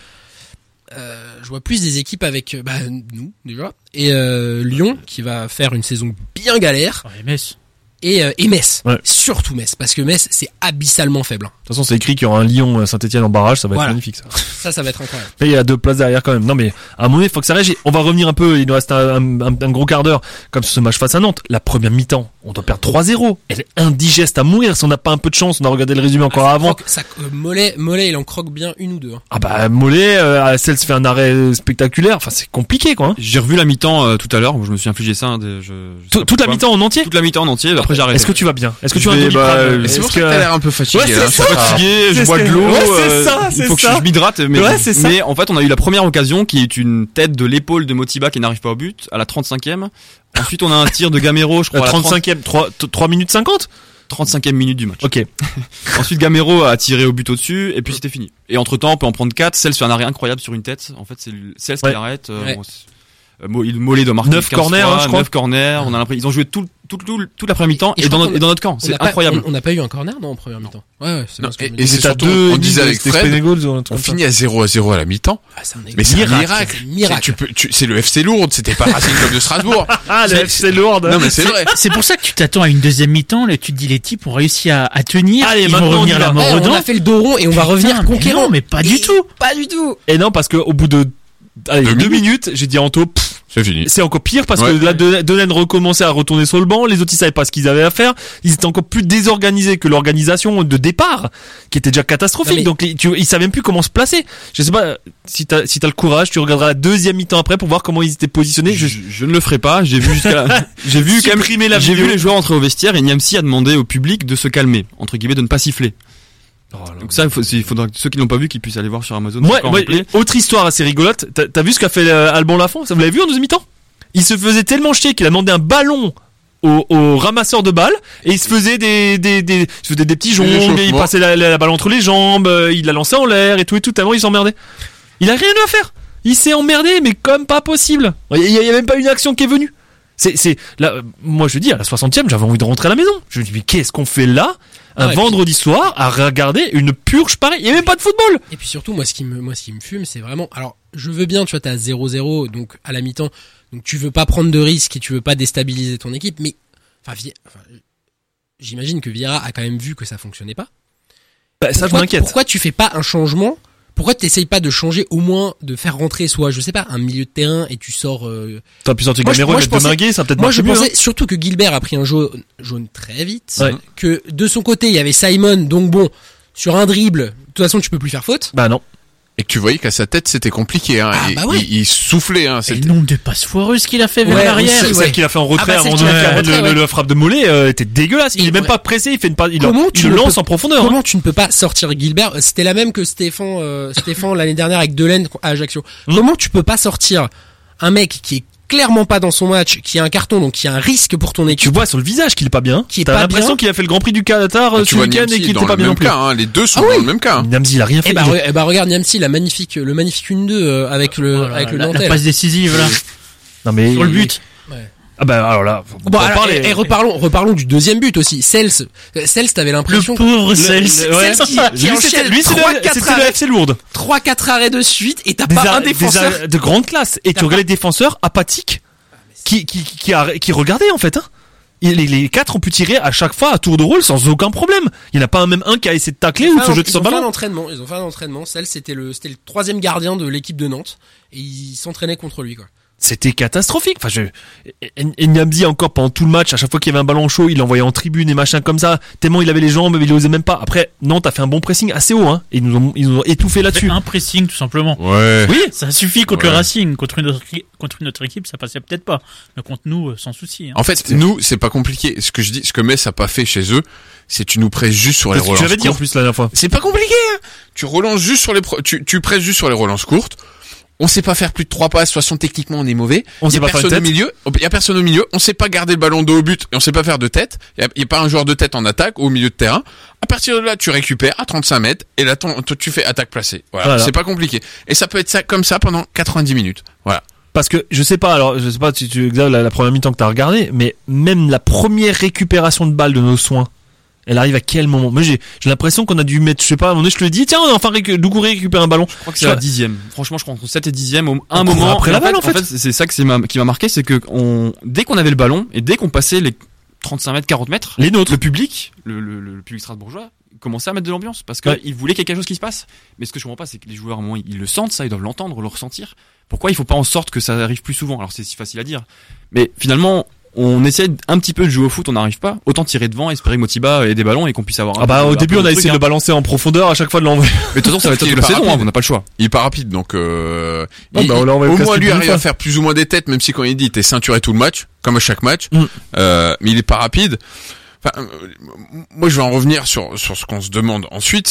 Speaker 8: je vois plus des équipes avec nous déjà et Lyon qui va faire une saison bien galère
Speaker 6: Ouais, Metz.
Speaker 8: et Metz,
Speaker 5: Ouais.
Speaker 8: surtout Metz parce que Metz c'est abyssalement faible.
Speaker 5: De toute façon, c'est écrit qu'il y aura un Lyon Saint-Etienne en barrage, ça va être
Speaker 8: Voilà.
Speaker 5: magnifique, ça.
Speaker 8: Ça va être incroyable.
Speaker 5: Mais il y a 2 places derrière quand même. Non mais à un moment donné, il faut que ça réagisse. On va revenir un peu, il nous reste un gros quart d'heure comme sur ce match face à Nantes. La première mi-temps, on doit perdre 3-0. Elle est indigeste à mourir si on n'a pas un peu de chance. On a regardé le résumé encore avant.
Speaker 8: Mollet il en croque bien une ou deux. Hein.
Speaker 5: Ah bah Mollet, Cels fait un arrêt spectaculaire. Enfin c'est compliqué quoi. Hein.
Speaker 9: J'ai revu la mi-temps tout à l'heure, je me suis infligé ça. Je sais pas
Speaker 5: Toute la
Speaker 9: pourquoi.
Speaker 5: mi-temps en entier.
Speaker 9: Toute la mi-temps en entier, après j'ai arrêté.
Speaker 5: Est-ce que tu vas bien? Est-ce que tu
Speaker 9: Je
Speaker 5: as un
Speaker 9: vais,
Speaker 5: Doliprane?
Speaker 7: C'est
Speaker 5: Est-ce
Speaker 7: pour ça que t'as l'air un peu fatigué,
Speaker 5: Ouais,
Speaker 7: là.
Speaker 5: c'est
Speaker 9: Je suis fatigué, je
Speaker 5: C'est
Speaker 9: bois
Speaker 5: ce
Speaker 9: de
Speaker 5: que-
Speaker 9: l'eau.
Speaker 5: Ouais, c'est ça,
Speaker 9: il
Speaker 5: c'est
Speaker 9: faut que
Speaker 5: ça.
Speaker 9: je m'hydrate. Mais,
Speaker 5: Ouais, c'est ça.
Speaker 9: mais en fait, on a eu la première occasion qui est une tête de l'épaule de Motiba qui n'arrive pas au but à la 35e. Ensuite, on a un tir de Gamero, je crois, à la
Speaker 5: 35e, 3 minutes 50?
Speaker 9: 35e minute du match.
Speaker 5: Ok.
Speaker 9: Ensuite, Gamero a tiré au but au-dessus et puis c'était fini. Et entre temps, on peut en prendre 4. Cels fait un arrêt incroyable sur une tête. En fait, c'est Cels
Speaker 5: Ouais.
Speaker 9: qui l'arrête.
Speaker 8: Ouais.
Speaker 9: Mollet doit marquer
Speaker 5: 9
Speaker 9: 15
Speaker 5: corners,
Speaker 9: fois,
Speaker 5: hein, je crois.
Speaker 9: 9 corners. On a l'impression, ils ont joué tout toute la première mi-temps et dans notre camp. C'est incroyable.
Speaker 8: On n'a pas eu un corner, non, en première mi-temps. Ouais, c'est
Speaker 7: non, et c'est surtout, on disait avec Fred, on finit à 0-0 à la mi-temps.
Speaker 8: Ah,
Speaker 7: mais c'est un miracle. C'est le FC Lourdes, c'était pas Racing Club de Strasbourg.
Speaker 5: Ah, le FC Lourdes.
Speaker 7: Non, mais c'est vrai.
Speaker 6: C'est pour ça que tu t'attends à une deuxième mi-temps, là, tu te dis les types ont réussi à tenir.
Speaker 5: Allez,
Speaker 6: ils vont revenir la mort aux dents.
Speaker 8: On a fait le dos rond et on va revenir conquérant.
Speaker 6: Mais pas du tout.
Speaker 8: Pas du tout.
Speaker 5: Et non, parce que au bout de 2 minutes, j'ai dit à Anto,
Speaker 7: c'est fini.
Speaker 5: C'est encore pire parce que là, Delaine recommençait à retourner sur le banc. Les autres, ils savaient pas ce qu'ils avaient à faire. Ils étaient encore plus désorganisés que l'organisation de départ, qui était déjà catastrophique. Mais... Donc, ils savaient même plus comment se placer. Je sais pas, si t'as le courage, tu regarderas la deuxième mi-temps après pour voir comment ils étaient positionnés.
Speaker 9: Je ne le ferai pas. J'ai vu j'ai vu les joueurs entrer au vestiaire et Niamsi a demandé au public de se calmer, entre guillemets, de ne pas siffler. Donc ça, il faudra que ceux qui l'ont pas vu qu'ils puissent aller voir sur Amazon.
Speaker 5: Autre histoire assez rigolote. T'as vu ce qu'a fait Alban Lafont? Ça vous l'avez vu en deuxième mi-temps? Il se faisait tellement chier qu'il a demandé un ballon au ramasseur de balles et il se faisait des petits jongles, il passait la balle entre les jambes, il la lançait en l'air et tout tellement il s'emmerdait. Il a rien eu à faire. Il s'est emmerdé, mais comme pas possible. Il y a même pas une action qui est venue. C'est là, moi je dis à la 60e, j'avais envie de rentrer à la maison. Je me dis mais qu'est-ce qu'on fait là? Vendredi soir à regarder une purge pareille. Il y a même pas de football.
Speaker 8: Et puis surtout moi ce qui me fume, c'est vraiment, alors je veux bien, tu vois, t'es à 0-0 donc à la mi-temps, donc tu veux pas prendre de risques et tu veux pas déstabiliser ton équipe, mais j'imagine que Vieira a quand même vu que ça fonctionnait pas.
Speaker 5: Ça je m'inquiète.
Speaker 8: Pourquoi tu fais pas un changement? Pourquoi t'essayes pas de changer, au moins de faire rentrer soit, je sais pas, un milieu de terrain et tu sors...
Speaker 5: T'as pu sortir Gamero et Deminguet, ça peut-être marcher mieux.
Speaker 8: Moi je pensais surtout que Gilbert a pris un jaune très vite, que de son côté il y avait Simon, donc bon, sur un dribble, de toute façon tu peux plus faire faute.
Speaker 5: Bah non.
Speaker 7: Et que tu voyais qu'à sa tête c'était compliqué, hein. Il soufflait, hein.
Speaker 6: Et le nombre de passes foireuses qu'il a fait vers l'arrière.
Speaker 5: Celle qu'il a fait en retrait avant la frappe de Mollet était dégueulasse. Il est même pas pressé, il fait une passe, il le lance en profondeur.
Speaker 8: Comment tu ne peux pas sortir Gilbert? C'était la même que Stéphane l'année dernière avec Delaine à Ajaccio. Comment tu peux pas sortir un mec qui est clairement pas dans son match, qui a un carton, donc qui a un risque pour ton équipe.
Speaker 5: Tu vois sur le visage qu'il est pas bien.
Speaker 8: T'as
Speaker 5: l'impression qu'il a fait le Grand Prix du Qatar ce week-end et qu'il était pas bien non plus.
Speaker 7: Les deux sont dans le même cas.
Speaker 5: Niamsi, il a rien fait.
Speaker 8: Regarde Niamsi, le magnifique 1-2 avec le Nantais.
Speaker 6: La passe décisive là.
Speaker 5: Non mais
Speaker 6: sur le but.
Speaker 8: Ouais.
Speaker 5: Ah bah alors là,
Speaker 8: reparlons du deuxième but aussi. Cels, t'avais l'impression
Speaker 6: le pauvre Cels.
Speaker 5: Lui c'était le FC Lourdes.
Speaker 8: 3-4 arrêts de suite et t'as pas un défenseur
Speaker 5: de grande classe et tu regardes les défenseurs apathiques qui regardaient en fait. Les 4 ont pu tirer à chaque fois à tour de rôle sans aucun problème. Il n'y en a pas même un qui a essayé de tacler ou de se jeter sur le ballon.
Speaker 8: Ils ont fait un entraînement. Cels, c'était le 3e gardien de l'équipe de Nantes et ils s'entraînaient contre lui quoi.
Speaker 5: C'était catastrophique. Niamsi encore pendant tout le match, à chaque fois qu'il y avait un ballon chaud, il l'envoyait en tribune et machin comme ça. Tellement il avait les jambes, il osait même pas. Après, Nantes a fait un bon pressing assez haut, hein. Et ils nous ont étouffé là-dessus.
Speaker 6: Un pressing tout simplement.
Speaker 7: Ouais.
Speaker 6: Oui, ça suffit contre le Racing, contre une autre équipe, ça passait peut-être pas. Mais contre nous, sans souci. Hein.
Speaker 7: En fait, nous, c'est pas compliqué. Ce que Metz a pas fait chez eux, c'est tu nous presses juste sur les relances courtes.
Speaker 5: Tu l'avais dit en plus la dernière fois.
Speaker 7: C'est pas compliqué. Hein. Tu relances juste sur tu presses juste sur les relances courtes. On sait pas faire plus de 3 passes, de toute façon techniquement on est mauvais. Il y a personne au milieu, on sait pas garder le ballon dos au but et on sait pas faire de tête. Il y a pas un joueur de tête en attaque ou au milieu de terrain. À partir de là, tu récupères à 35 mètres et là tu fais attaque placée. Voilà. C'est pas compliqué. Et ça peut être ça comme ça pendant 90 minutes. Voilà.
Speaker 5: Parce que je sais pas si tu examines la première mi-temps que t'as regardé, mais même la première récupération de balle de nos soins, elle arrive à quel moment? Moi j'ai l'impression qu'on a dû mettre, je sais pas, à un moment donné je te le dis, tiens, on a enfin Doucouré récupère un ballon.
Speaker 9: Je crois que c'est la 10e. Franchement, je crois entre 7 et 10e, un moment.
Speaker 5: Après la balle, en fait.
Speaker 9: C'est ça qui m'a marqué, c'est que dès qu'on avait le ballon, et dès qu'on passait les 35 mètres, 40 mètres,
Speaker 5: les nôtres,
Speaker 9: le public strasbourgeois, commençait à mettre de l'ambiance, parce qu'ils voulaient qu'il y ait quelque chose qui se passe. Mais ce que je comprends pas, c'est que les joueurs, à un moment, ils le sentent, ça, ils doivent l'entendre, le ressentir. Pourquoi il faut pas en sorte que ça arrive plus souvent? Alors c'est si facile à dire. Mais finalement, on essaie un petit peu de jouer au foot, on n'arrive pas. Autant tirer devant, espérer que Motiba ait des ballons et qu'on puisse avoir
Speaker 5: au début on a essayé de le balancer en profondeur à chaque fois de l'envoyer.
Speaker 9: Mais de toute façon ça va être toute la saison, on n'a pas le choix.
Speaker 7: Il est pas rapide donc
Speaker 5: au
Speaker 7: moins lui arrive à faire plus ou moins des têtes, même si quand il dit t'es ceinturé tout le match, comme à chaque match. Mais il est pas rapide. Enfin, moi je vais en revenir sur ce qu'on se demande ensuite,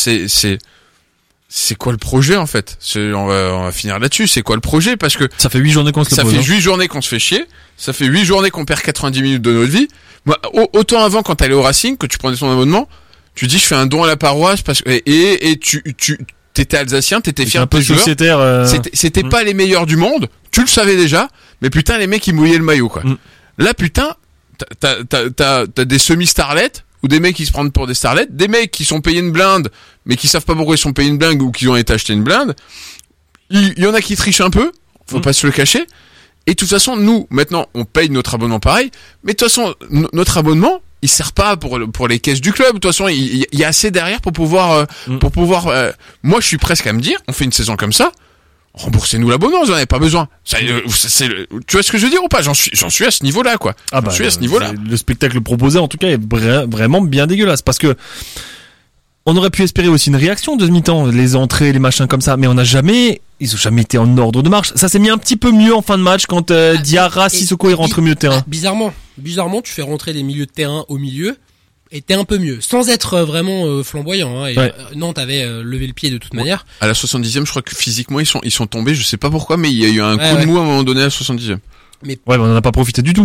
Speaker 7: c'est quoi le projet en fait? On va finir là-dessus. C'est quoi le projet? Parce que
Speaker 5: ça fait 8 journées qu'on se
Speaker 7: Ça fait 8 journées qu'on se fait chier. Ça fait 8 journées qu'on perd 90 minutes de notre vie. Moi, autant avant quand t'allais au Racing, que tu prenais ton abonnement, tu dis je fais un don à la paroisse parce que et tu t'étais alsacien, t'étais fier de tes joueurs. C'était pas les meilleurs du monde. Tu le savais déjà, mais putain les mecs ils mouillaient le maillot quoi. Là putain, t'as des semi-starlets ou des mecs qui se prennent pour des starlets, des mecs qui sont payés une blinde mais qui savent pas pourquoi ils sont payés une blinde ou qui ont été achetés une blinde. Il y en a qui trichent un peu, faut pas se le cacher. Et de toute façon, nous, maintenant, on paye notre abonnement pareil, mais de toute façon, notre abonnement, il sert pas pour les caisses du club. De toute façon, il y a assez derrière pour pouvoir, moi, je suis presque à me dire, on fait une saison comme ça, remboursez-nous l'abonnement, vous en avez pas besoin. Tu vois ce que je veux dire ou pas? J'en suis à ce niveau-là, quoi. Je suis à ce niveau-là.
Speaker 5: Le spectacle proposé, en tout cas, est vraiment bien dégueulasse, parce que on aurait pu espérer aussi une réaction de mi-temps, les entrées, les machins comme ça, mais ils ont jamais été en ordre de marche. Ça s'est mis un petit peu mieux en fin de match quand Diarra, Sissoko ils rentrent mieux de terrain.
Speaker 8: Bizarrement, tu fais rentrer les milieux de terrain au milieu et t'es un peu mieux, sans être vraiment flamboyant. Hein, Nantes avait levé le pied de toute manière.
Speaker 7: À la 70e, je crois que physiquement ils sont tombés, je sais pas pourquoi, mais il y a eu un coup de mou à un moment donné à la 70e.
Speaker 5: Mais on n'en a pas profité du tout.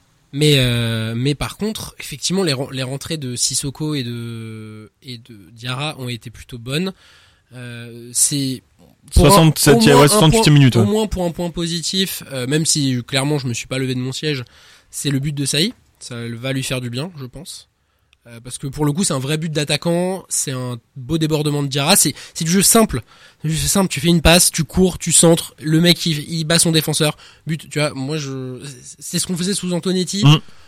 Speaker 8: Mais par contre, effectivement, les rentrées de Sissoko et de Diarra ont été plutôt bonnes. C'est
Speaker 5: 68e minute.
Speaker 8: Au moins pour un point positif, même si clairement je me suis pas levé de mon siège, c'est le but de Saï. Ça va lui faire du bien, je pense. Parce que pour le coup, c'est un vrai but d'attaquant, c'est un beau débordement de Diarra, c'est du jeu simple. Tu fais une passe, tu cours, tu centres, le mec il bat son défenseur, but, tu vois, c'est ce qu'on faisait sous Antonetti.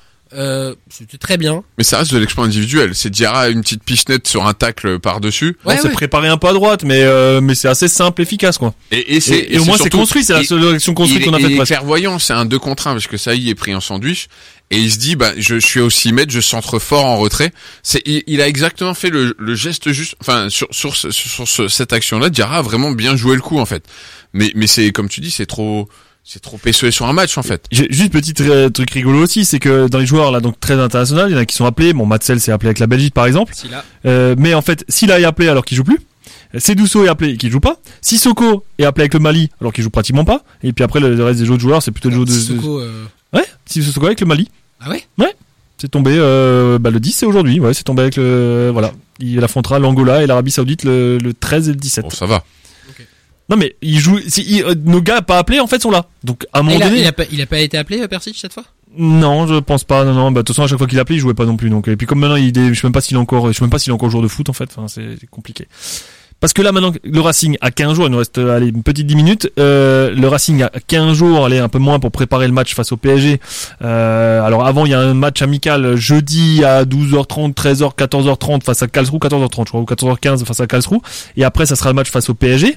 Speaker 8: C'était très bien.
Speaker 7: Mais ça reste de l'exploit individuel. C'est Diarra une petite pichenette sur un tacle par-dessus.
Speaker 5: C'est préparé un peu à droite, mais c'est assez simple, efficace, quoi.
Speaker 7: Et
Speaker 5: au moins c'est construit, c'est la seule action construite qu'on a faite.
Speaker 7: Il est clairvoyant, c'est un 2 contre 1 parce que Saï est pris en sandwich. Et il se dit, je suis au 6 mètres, je centre fort en retrait. Il a exactement fait le geste juste, enfin, sur cette action-là, Diarra a vraiment bien joué le coup, en fait. Mais c'est, comme tu dis, c'est trop PSE sur un match, en fait.
Speaker 5: J'ai juste petit truc rigolo aussi, c'est que dans les joueurs, là, donc très international, il y en a qui sont appelés. Bon, Matsel s'est appelé avec la Belgique, par exemple. Mais en fait, Silla est appelé alors qu'il joue plus. Sedouso est appelé, qui joue pas. Sissoko est appelé avec le Mali, alors qu'il joue pratiquement pas. Et puis après, le reste des autres joueurs, c'est plutôt le jeu de...
Speaker 8: Sissoko,
Speaker 5: Ouais, Sissoko avec le Mali.
Speaker 8: Ah ouais?
Speaker 5: Ouais. C'est tombé, le 10, c'est aujourd'hui. Ouais, c'est tombé avec voilà. Il affrontera l'Angola et l'Arabie Saoudite le 13 et le 17.
Speaker 7: Bon, ça va.
Speaker 8: Okay.
Speaker 5: Non, mais il joue, nos gars pas appelés, en fait, sont là. Donc, à un moment donné.
Speaker 8: Il a pas été appelé, Persic, cette fois?
Speaker 5: Non, je pense pas. Non. De toute façon, à chaque fois qu'il appelait, il jouait pas non plus. Donc, et puis comme maintenant, je sais même pas s'il est encore joueur de foot, en fait. Enfin, c'est compliqué. Parce que là, maintenant, le Racing a 15 jours, il nous reste, une petite 10 minutes. Le Racing a 15 jours, un peu moins pour préparer le match face au PSG. Alors avant, il y a un match amical jeudi à 12h30, 13h, 14h30 face à Karlsruhe, 14h30, je crois, ou 14h15 face à Karlsruhe. Et après, ça sera le match face au PSG.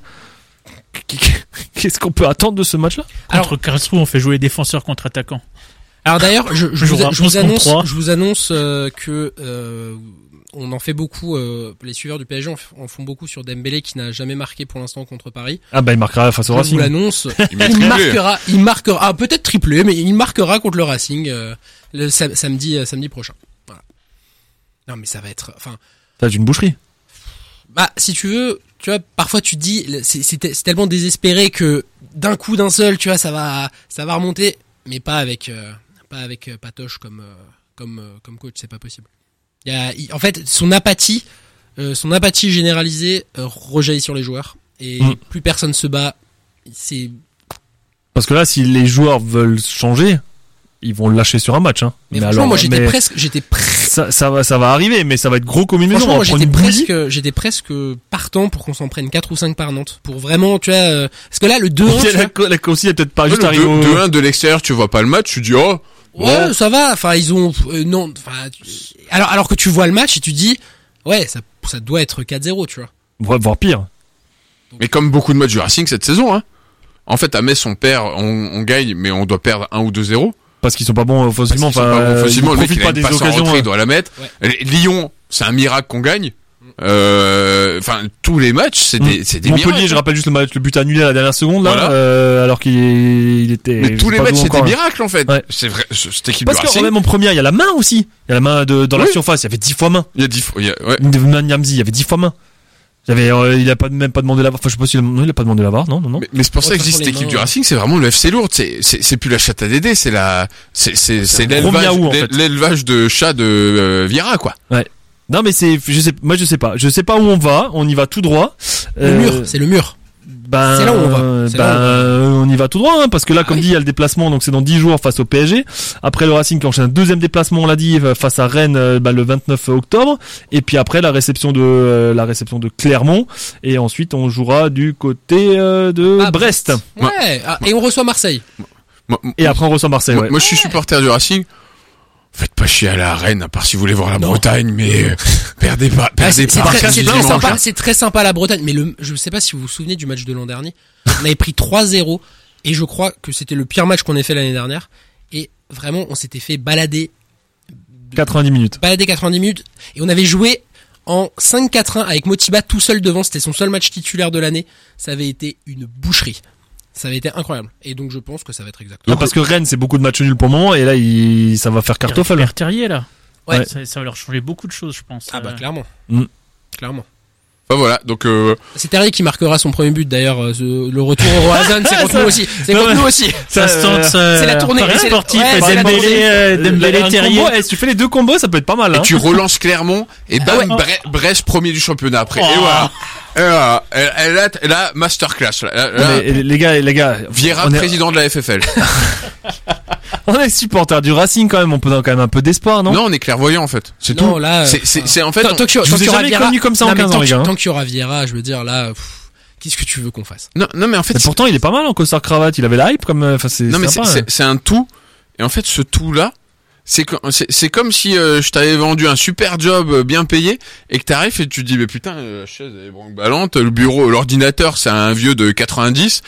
Speaker 5: Qu'est-ce qu'on peut attendre de ce match-là?
Speaker 6: Contre Karlsruhe, on fait jouer défenseurs contre attaquants.
Speaker 8: Alors d'ailleurs, je vous annonce que on en fait beaucoup, les suiveurs du PSG en font beaucoup sur Dembélé qui n'a jamais marqué pour l'instant contre Paris.
Speaker 5: Ah il marquera face au Racing.
Speaker 8: Je vous l'annonce. il marquera peut-être triplé, mais il marquera contre le Racing le samedi prochain. Voilà. Non mais ça va être,
Speaker 5: ça va être une boucherie.
Speaker 8: Si tu veux, tu vois, parfois tu te dis c'est tellement désespéré que d'un coup d'un seul, tu vois, ça va remonter, mais pas avec Patoche comme coach, c'est pas possible. En fait, son apathie généralisée rejaillit sur les joueurs et plus personne se bat. C'est
Speaker 5: parce que là, si les joueurs veulent changer, ils vont le lâcher sur un match. Hein.
Speaker 8: Mais franchement, moi j'étais presque.
Speaker 5: Ça va arriver, mais ça va être gros comme une maison.
Speaker 8: Franchement, j'étais presque partant pour qu'on s'en prenne 4 ou 5 par Nantes. Pour vraiment, tu vois, parce que là le 2-1.
Speaker 5: La consigne est peut-être pas juste arrivé.
Speaker 7: 2-1 de l'extérieur, tu vois pas le match, tu dis oh.
Speaker 8: Ouais, ça va. Enfin, ils ont non. Enfin, alors que tu vois le match et tu dis, ouais, ça doit être 4-0, tu vois.
Speaker 5: Voire pire.
Speaker 7: Mais comme beaucoup de matchs du Racing cette saison, hein. En fait, à Metz, on gagne, mais on doit perdre 1 ou 2-0.
Speaker 5: Parce qu'ils sont pas bons offensivement.
Speaker 7: Le mec, il a une passe en retrait, il doit la mettre.
Speaker 8: Ouais.
Speaker 7: Lyon, c'est un miracle qu'on gagne. Tous les matchs, c'est des
Speaker 5: Montpellier,
Speaker 7: miracles.
Speaker 5: je rappelle juste le but annulé à la dernière seconde, là, voilà. Alors qu'il était.
Speaker 7: Mais tous les matchs, c'est des miracles, en fait. Ouais. C'est vrai, cette équipe
Speaker 5: parce
Speaker 7: du Racing.
Speaker 5: Parce que même en première, il y a la main aussi. Il y a la main dans la surface. Il y avait 10 fois main.
Speaker 7: Il y a 10 fois, ouais.
Speaker 5: Niamzi, il y avait 10 fois main. Il a même pas demandé la VAR. Enfin, je sais pas s'il il a pas demandé la VAR, non.
Speaker 7: Mais c'est pour ça que je dis cette équipe du Racing, c'est vraiment le FC Lourdes. C'est plus la chatte à Dédé, c'est l'élevage de chats de Vieira, quoi.
Speaker 5: Ouais. Non, mais je sais pas où on va. On y va tout droit.
Speaker 8: Le mur, c'est le mur. c'est là où on va.
Speaker 5: On y va tout droit, hein, parce que là, comme dit, il y a le déplacement, donc c'est dans 10 jours face au PSG. Après, le Racing qui enchaîne un deuxième déplacement, on l'a dit, face à Rennes, le 29 octobre. Et puis après, la réception de Clermont. Et ensuite, on jouera du côté de Brest.
Speaker 8: Ouais. Et on reçoit Marseille.
Speaker 5: Et après, on reçoit Marseille.
Speaker 7: Moi, je suis supporter du Racing. Faites pas chier à la Rennes, à part si vous voulez voir la Bretagne, mais perdez pas.
Speaker 8: C'est très sympa la Bretagne, mais je sais pas si vous vous souvenez du match de l'an dernier. On avait pris 3-0 et je crois que c'était le pire match qu'on ait fait l'année dernière. Et vraiment, on s'était fait balader
Speaker 5: 90 minutes.
Speaker 8: Et on avait joué en 5-4-1 avec Motiba tout seul devant. C'était son seul match titulaire de l'année. Ça avait été une boucherie. Ça avait été incroyable. Et donc, je pense que ça va être exactement.
Speaker 5: Parce que Rennes, c'est beaucoup de matchs nuls pour le moment, et là, ça va faire cartoffel.
Speaker 6: Terrier, là.
Speaker 8: Ouais.
Speaker 6: Ça va leur changer beaucoup de choses, je pense.
Speaker 8: Ah, clairement. Clairement.
Speaker 7: Voilà, donc
Speaker 8: c'est Terrier qui marquera son premier but d'ailleurs. Le retour au Roazhon, c'est contre nous aussi. C'est contre nous aussi.
Speaker 6: Ça se tente.
Speaker 8: C'est la tournée
Speaker 6: sportive.
Speaker 8: Dembélé,
Speaker 6: Terrier.
Speaker 5: Si tu fais les deux combos, ça peut être pas mal.
Speaker 7: Et tu relances Clermont et bam, Brest premier du championnat après. Et voilà. Elle a masterclass.
Speaker 5: Les gars,
Speaker 7: Vieira, président de la FFL.
Speaker 5: On est supporter du Racing quand même, on peut quand même un peu d'espoir, non?
Speaker 7: Non, on est clairvoyant en fait. C'est
Speaker 8: non,
Speaker 7: tout.
Speaker 8: Là,
Speaker 7: c'est en fait.
Speaker 5: Je vous ai jamais connu comme ça en 15 ans, les gars.
Speaker 8: Tant qu'il y aura Vieira, je veux dire là, qu'est-ce que tu veux qu'on fasse?
Speaker 7: Non, mais en fait.
Speaker 5: Mais pourtant, il est pas mal en costard cravate. Il avait la hype comme. Enfin, c'est.
Speaker 7: Non, mais c'est un tout. Et en fait, ce tout là, c'est comme si je t'avais vendu un super job bien payé et que t'arrives et tu te dis mais putain, la chaise est ballante, le bureau, l'ordinateur, c'est un vieux de 90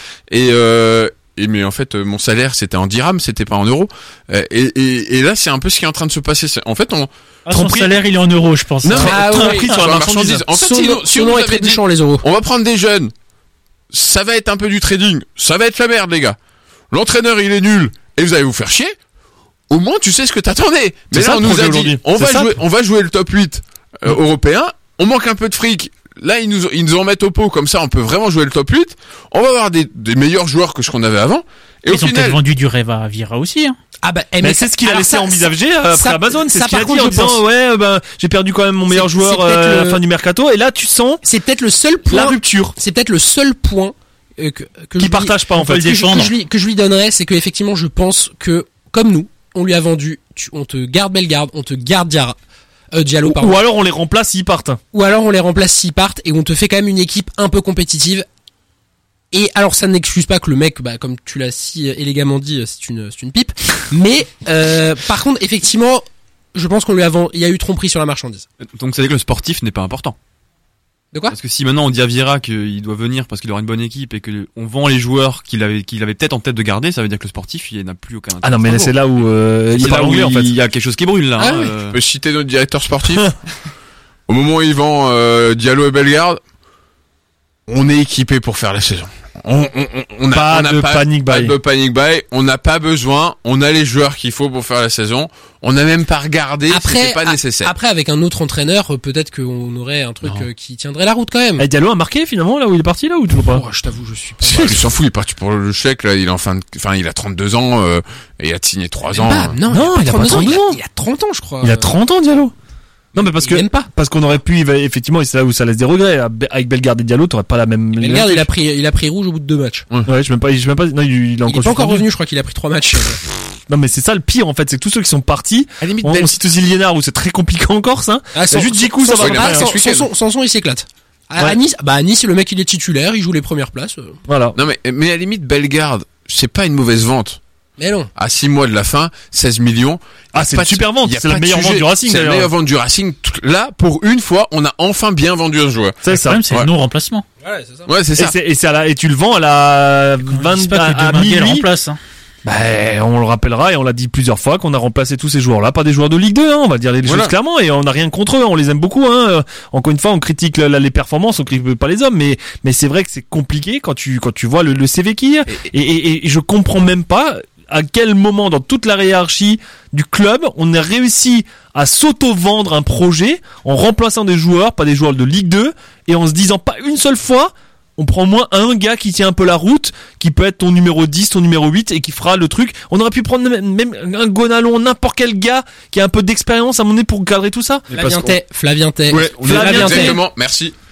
Speaker 7: mais en fait mon salaire c'était en dirhams, c'était pas en euros. Et là c'est un peu ce qui est en train de se passer. En fait
Speaker 6: son salaire il est en euros, je pense.
Speaker 7: Non,
Speaker 5: prix sur la marchandise.
Speaker 7: En fait, si on avait dit
Speaker 8: les euros.
Speaker 7: On va prendre des jeunes. Ça va être un peu du trading. Ça va être la merde, les gars. L'entraîneur il est nul et vous allez vous faire chier. Au moins tu sais ce que t'attendais. Mais là on nous a dit on va jouer le top 8 européen. On manque un peu de fric. Là, ils nous en mettent au pot, comme ça, on peut vraiment jouer le top 8. On va avoir des meilleurs joueurs que ce qu'on avait avant. Et
Speaker 6: ils ont peut-être vendu du rêve à Vieira aussi, hein.
Speaker 5: Ah mais c'est ce qu'il a laissé envisager après Amazon. C'est ce qu'il a dit en disant, j'ai perdu quand même mon meilleur joueur à la fin du mercato. Et là, tu sens.
Speaker 8: C'est peut-être le seul point.
Speaker 5: La rupture.
Speaker 8: C'est peut-être le seul point
Speaker 5: qui partage pas, en fait.
Speaker 8: Que je lui donnerais, c'est que effectivement, je pense que, comme nous, on lui a vendu, on te garde Bellegarde, on te garde Diallo, pardon.
Speaker 5: Ou alors on les remplace s'ils partent.
Speaker 8: Et on te fait quand même une équipe un peu compétitive. Et alors ça n'excuse pas que le mec, comme tu l'as si élégamment dit, c'est une pipe. Mais par contre, effectivement, je pense il y a eu tromperie sur la marchandise.
Speaker 9: Donc ça veut dire que le sportif n'est pas important.
Speaker 8: De quoi?
Speaker 9: Parce que si maintenant on dit à Vieira qu'il doit venir parce qu'il aura une bonne équipe et que on vend les joueurs qu'il avait peut-être en tête de garder, ça veut dire que le sportif il n'a plus aucun intérêt.
Speaker 5: Ah non, mais c'est là où
Speaker 9: il y a quelque chose qui brûle là.
Speaker 7: Je peux citer notre directeur sportif. Au moment où il vend Diallo et Bellegarde, on est équipé pour faire la saison. On n'a pas de panic buy. On n'a pas besoin. On a les joueurs qu'il faut pour faire la saison. On n'a même pas regardé. C'était pas nécessaire.
Speaker 8: Après, avec un autre entraîneur, peut-être qu'on aurait un truc qui tiendrait la route quand même.
Speaker 5: Et Diallo a marqué finalement là où il est parti là ou toujours pas?
Speaker 8: Je t'avoue, je suis pas.
Speaker 7: Il s'en fout. Il est parti pour le chèque là. Il est il a 32 ans et il a signé 3 ans.
Speaker 8: Non, il a pas 32 ans. Il a 30 ans, je crois.
Speaker 5: Il a 30 ans, Diallo. Non mais parce qu'on aurait pu effectivement, c'est là où ça laisse des regrets. Avec Bellegarde et Diallo, t'aurais pas la même.
Speaker 8: Bellegarde il a pris rouge au bout de 2 matchs.
Speaker 5: Ouais, je sais même pas. Non, il est
Speaker 8: pas encore revenu. Je crois qu'il a pris 3 matchs.
Speaker 5: Non mais c'est ça le pire en fait, c'est que tous ceux qui sont partis.
Speaker 7: À limite,
Speaker 5: on cite aussi Liénard où c'est très compliqué en Corse. Hein. Juste Djikou, ça va.
Speaker 8: Sanson il s'éclate. À Nice, le mec il est titulaire, il joue les premières places.
Speaker 7: Voilà. Non mais à limite Bellegarde, c'est pas une mauvaise vente.
Speaker 8: Mais non.
Speaker 7: À 6 mois de la fin, 16 millions.
Speaker 5: Ah, c'est une super vente. C'est la meilleure vente du Racing.
Speaker 7: C'est la meilleure vente du Racing. Là, pour une fois, on a enfin bien vendu un joueur.
Speaker 6: C'est ça. Le problème, c'est le non-remplacement.
Speaker 8: Ouais, c'est ça.
Speaker 7: Ouais, c'est ça.
Speaker 5: Et tu le vends à la 20 à minuit.
Speaker 6: Remplace, hein.
Speaker 5: On le rappellera et on l'a dit plusieurs fois qu'on a remplacé tous ces joueurs-là, pas des joueurs de Ligue 2, hein, on va dire les choses clairement, et on n'a rien contre eux, on les aime beaucoup, hein. Encore une fois, on critique les performances, on critique pas les hommes, mais c'est vrai que c'est compliqué quand tu vois le CV qu'il y a, et je comprends même pas à quel moment dans toute la hiérarchie du club on a réussi à s'auto-vendre un projet en remplaçant des joueurs, pas des joueurs de Ligue 2, et en se disant pas une seule fois on prend au moins un gars qui tient un peu la route, qui peut être ton numéro 10, ton numéro 8 et qui fera le truc. On aurait pu prendre même un Gonalon, n'importe quel gars qui a un peu d'expérience à mon nez pour cadrer tout ça.
Speaker 8: Flavien Tay.
Speaker 7: Ouais, exactement, merci.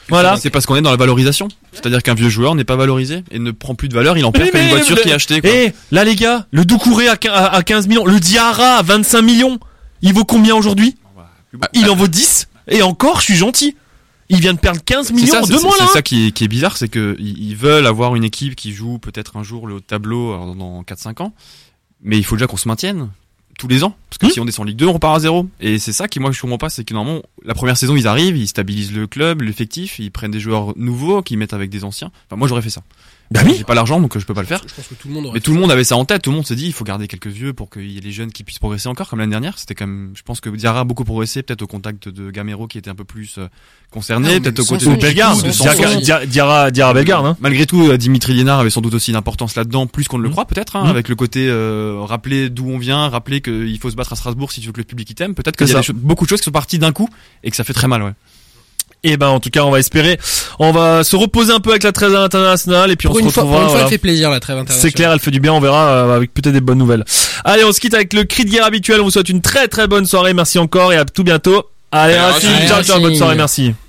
Speaker 5: Voilà.
Speaker 9: C'est parce qu'on est dans la valorisation. C'est-à-dire qu'un vieux joueur n'est pas valorisé et ne prend plus de valeur, il en perd comme une voiture qui est achetée, quoi.
Speaker 5: Là, les gars, le Doucouré à 15 millions, le Diarra à 25 millions, il vaut combien aujourd'hui? Il en vaut 10. Et encore, je suis gentil. Il vient de perdre 15 millions en 2 mois, là.
Speaker 9: C'est ça qui est bizarre, c'est que ils veulent avoir une équipe qui joue peut-être un jour le haut de tableau dans 4-5 ans. Mais il faut déjà qu'on se maintienne tous les ans, parce que si on descend en Ligue 2, on repart à zéro. Et c'est ça qui, moi, je comprends pas, c'est que normalement, la première saison, ils arrivent, ils stabilisent le club, l'effectif, ils prennent des joueurs nouveaux, qu'ils mettent avec des anciens. Enfin, moi, j'aurais fait ça.
Speaker 5: Bah oui.
Speaker 9: J'ai pas l'argent, donc je peux pas le faire.
Speaker 8: Je pense que tout le monde
Speaker 9: mais tout le monde avait ça en tête, tout le monde s'est dit, il faut garder quelques vieux pour qu'il y ait les jeunes qui puissent progresser encore, comme l'année dernière. C'était quand même, je pense que Diarra a beaucoup progressé, peut-être au contact de Gamero qui était un peu plus concerné, peut-être au côté de
Speaker 5: Bellegarde, Diarra Bellegarde, hein.
Speaker 9: Malgré tout, Dimitri Liénard avait sans doute aussi une importance là-dedans, plus qu'on ne le croit, peut-être, avec le côté, rappeler d'où on vient, rappeler qu'il faut se battre à Strasbourg si tu veux que le public t'aime. Peut-être qu'il y a beaucoup de choses qui sont parties d'un coup et que ça fait très mal, ouais.
Speaker 5: Et ben en tout cas on va espérer, on va se reposer un peu avec la trêve internationale et puis on se retrouvera.
Speaker 8: Pour une fois elle fait plaisir la trêve internationale.
Speaker 5: C'est clair, elle fait du bien, on verra avec peut-être des bonnes nouvelles. Allez, on se quitte avec le cri de guerre habituel, on vous souhaite une très très bonne soirée, merci encore et à tout bientôt. Allez, ciao, bonne soirée, merci.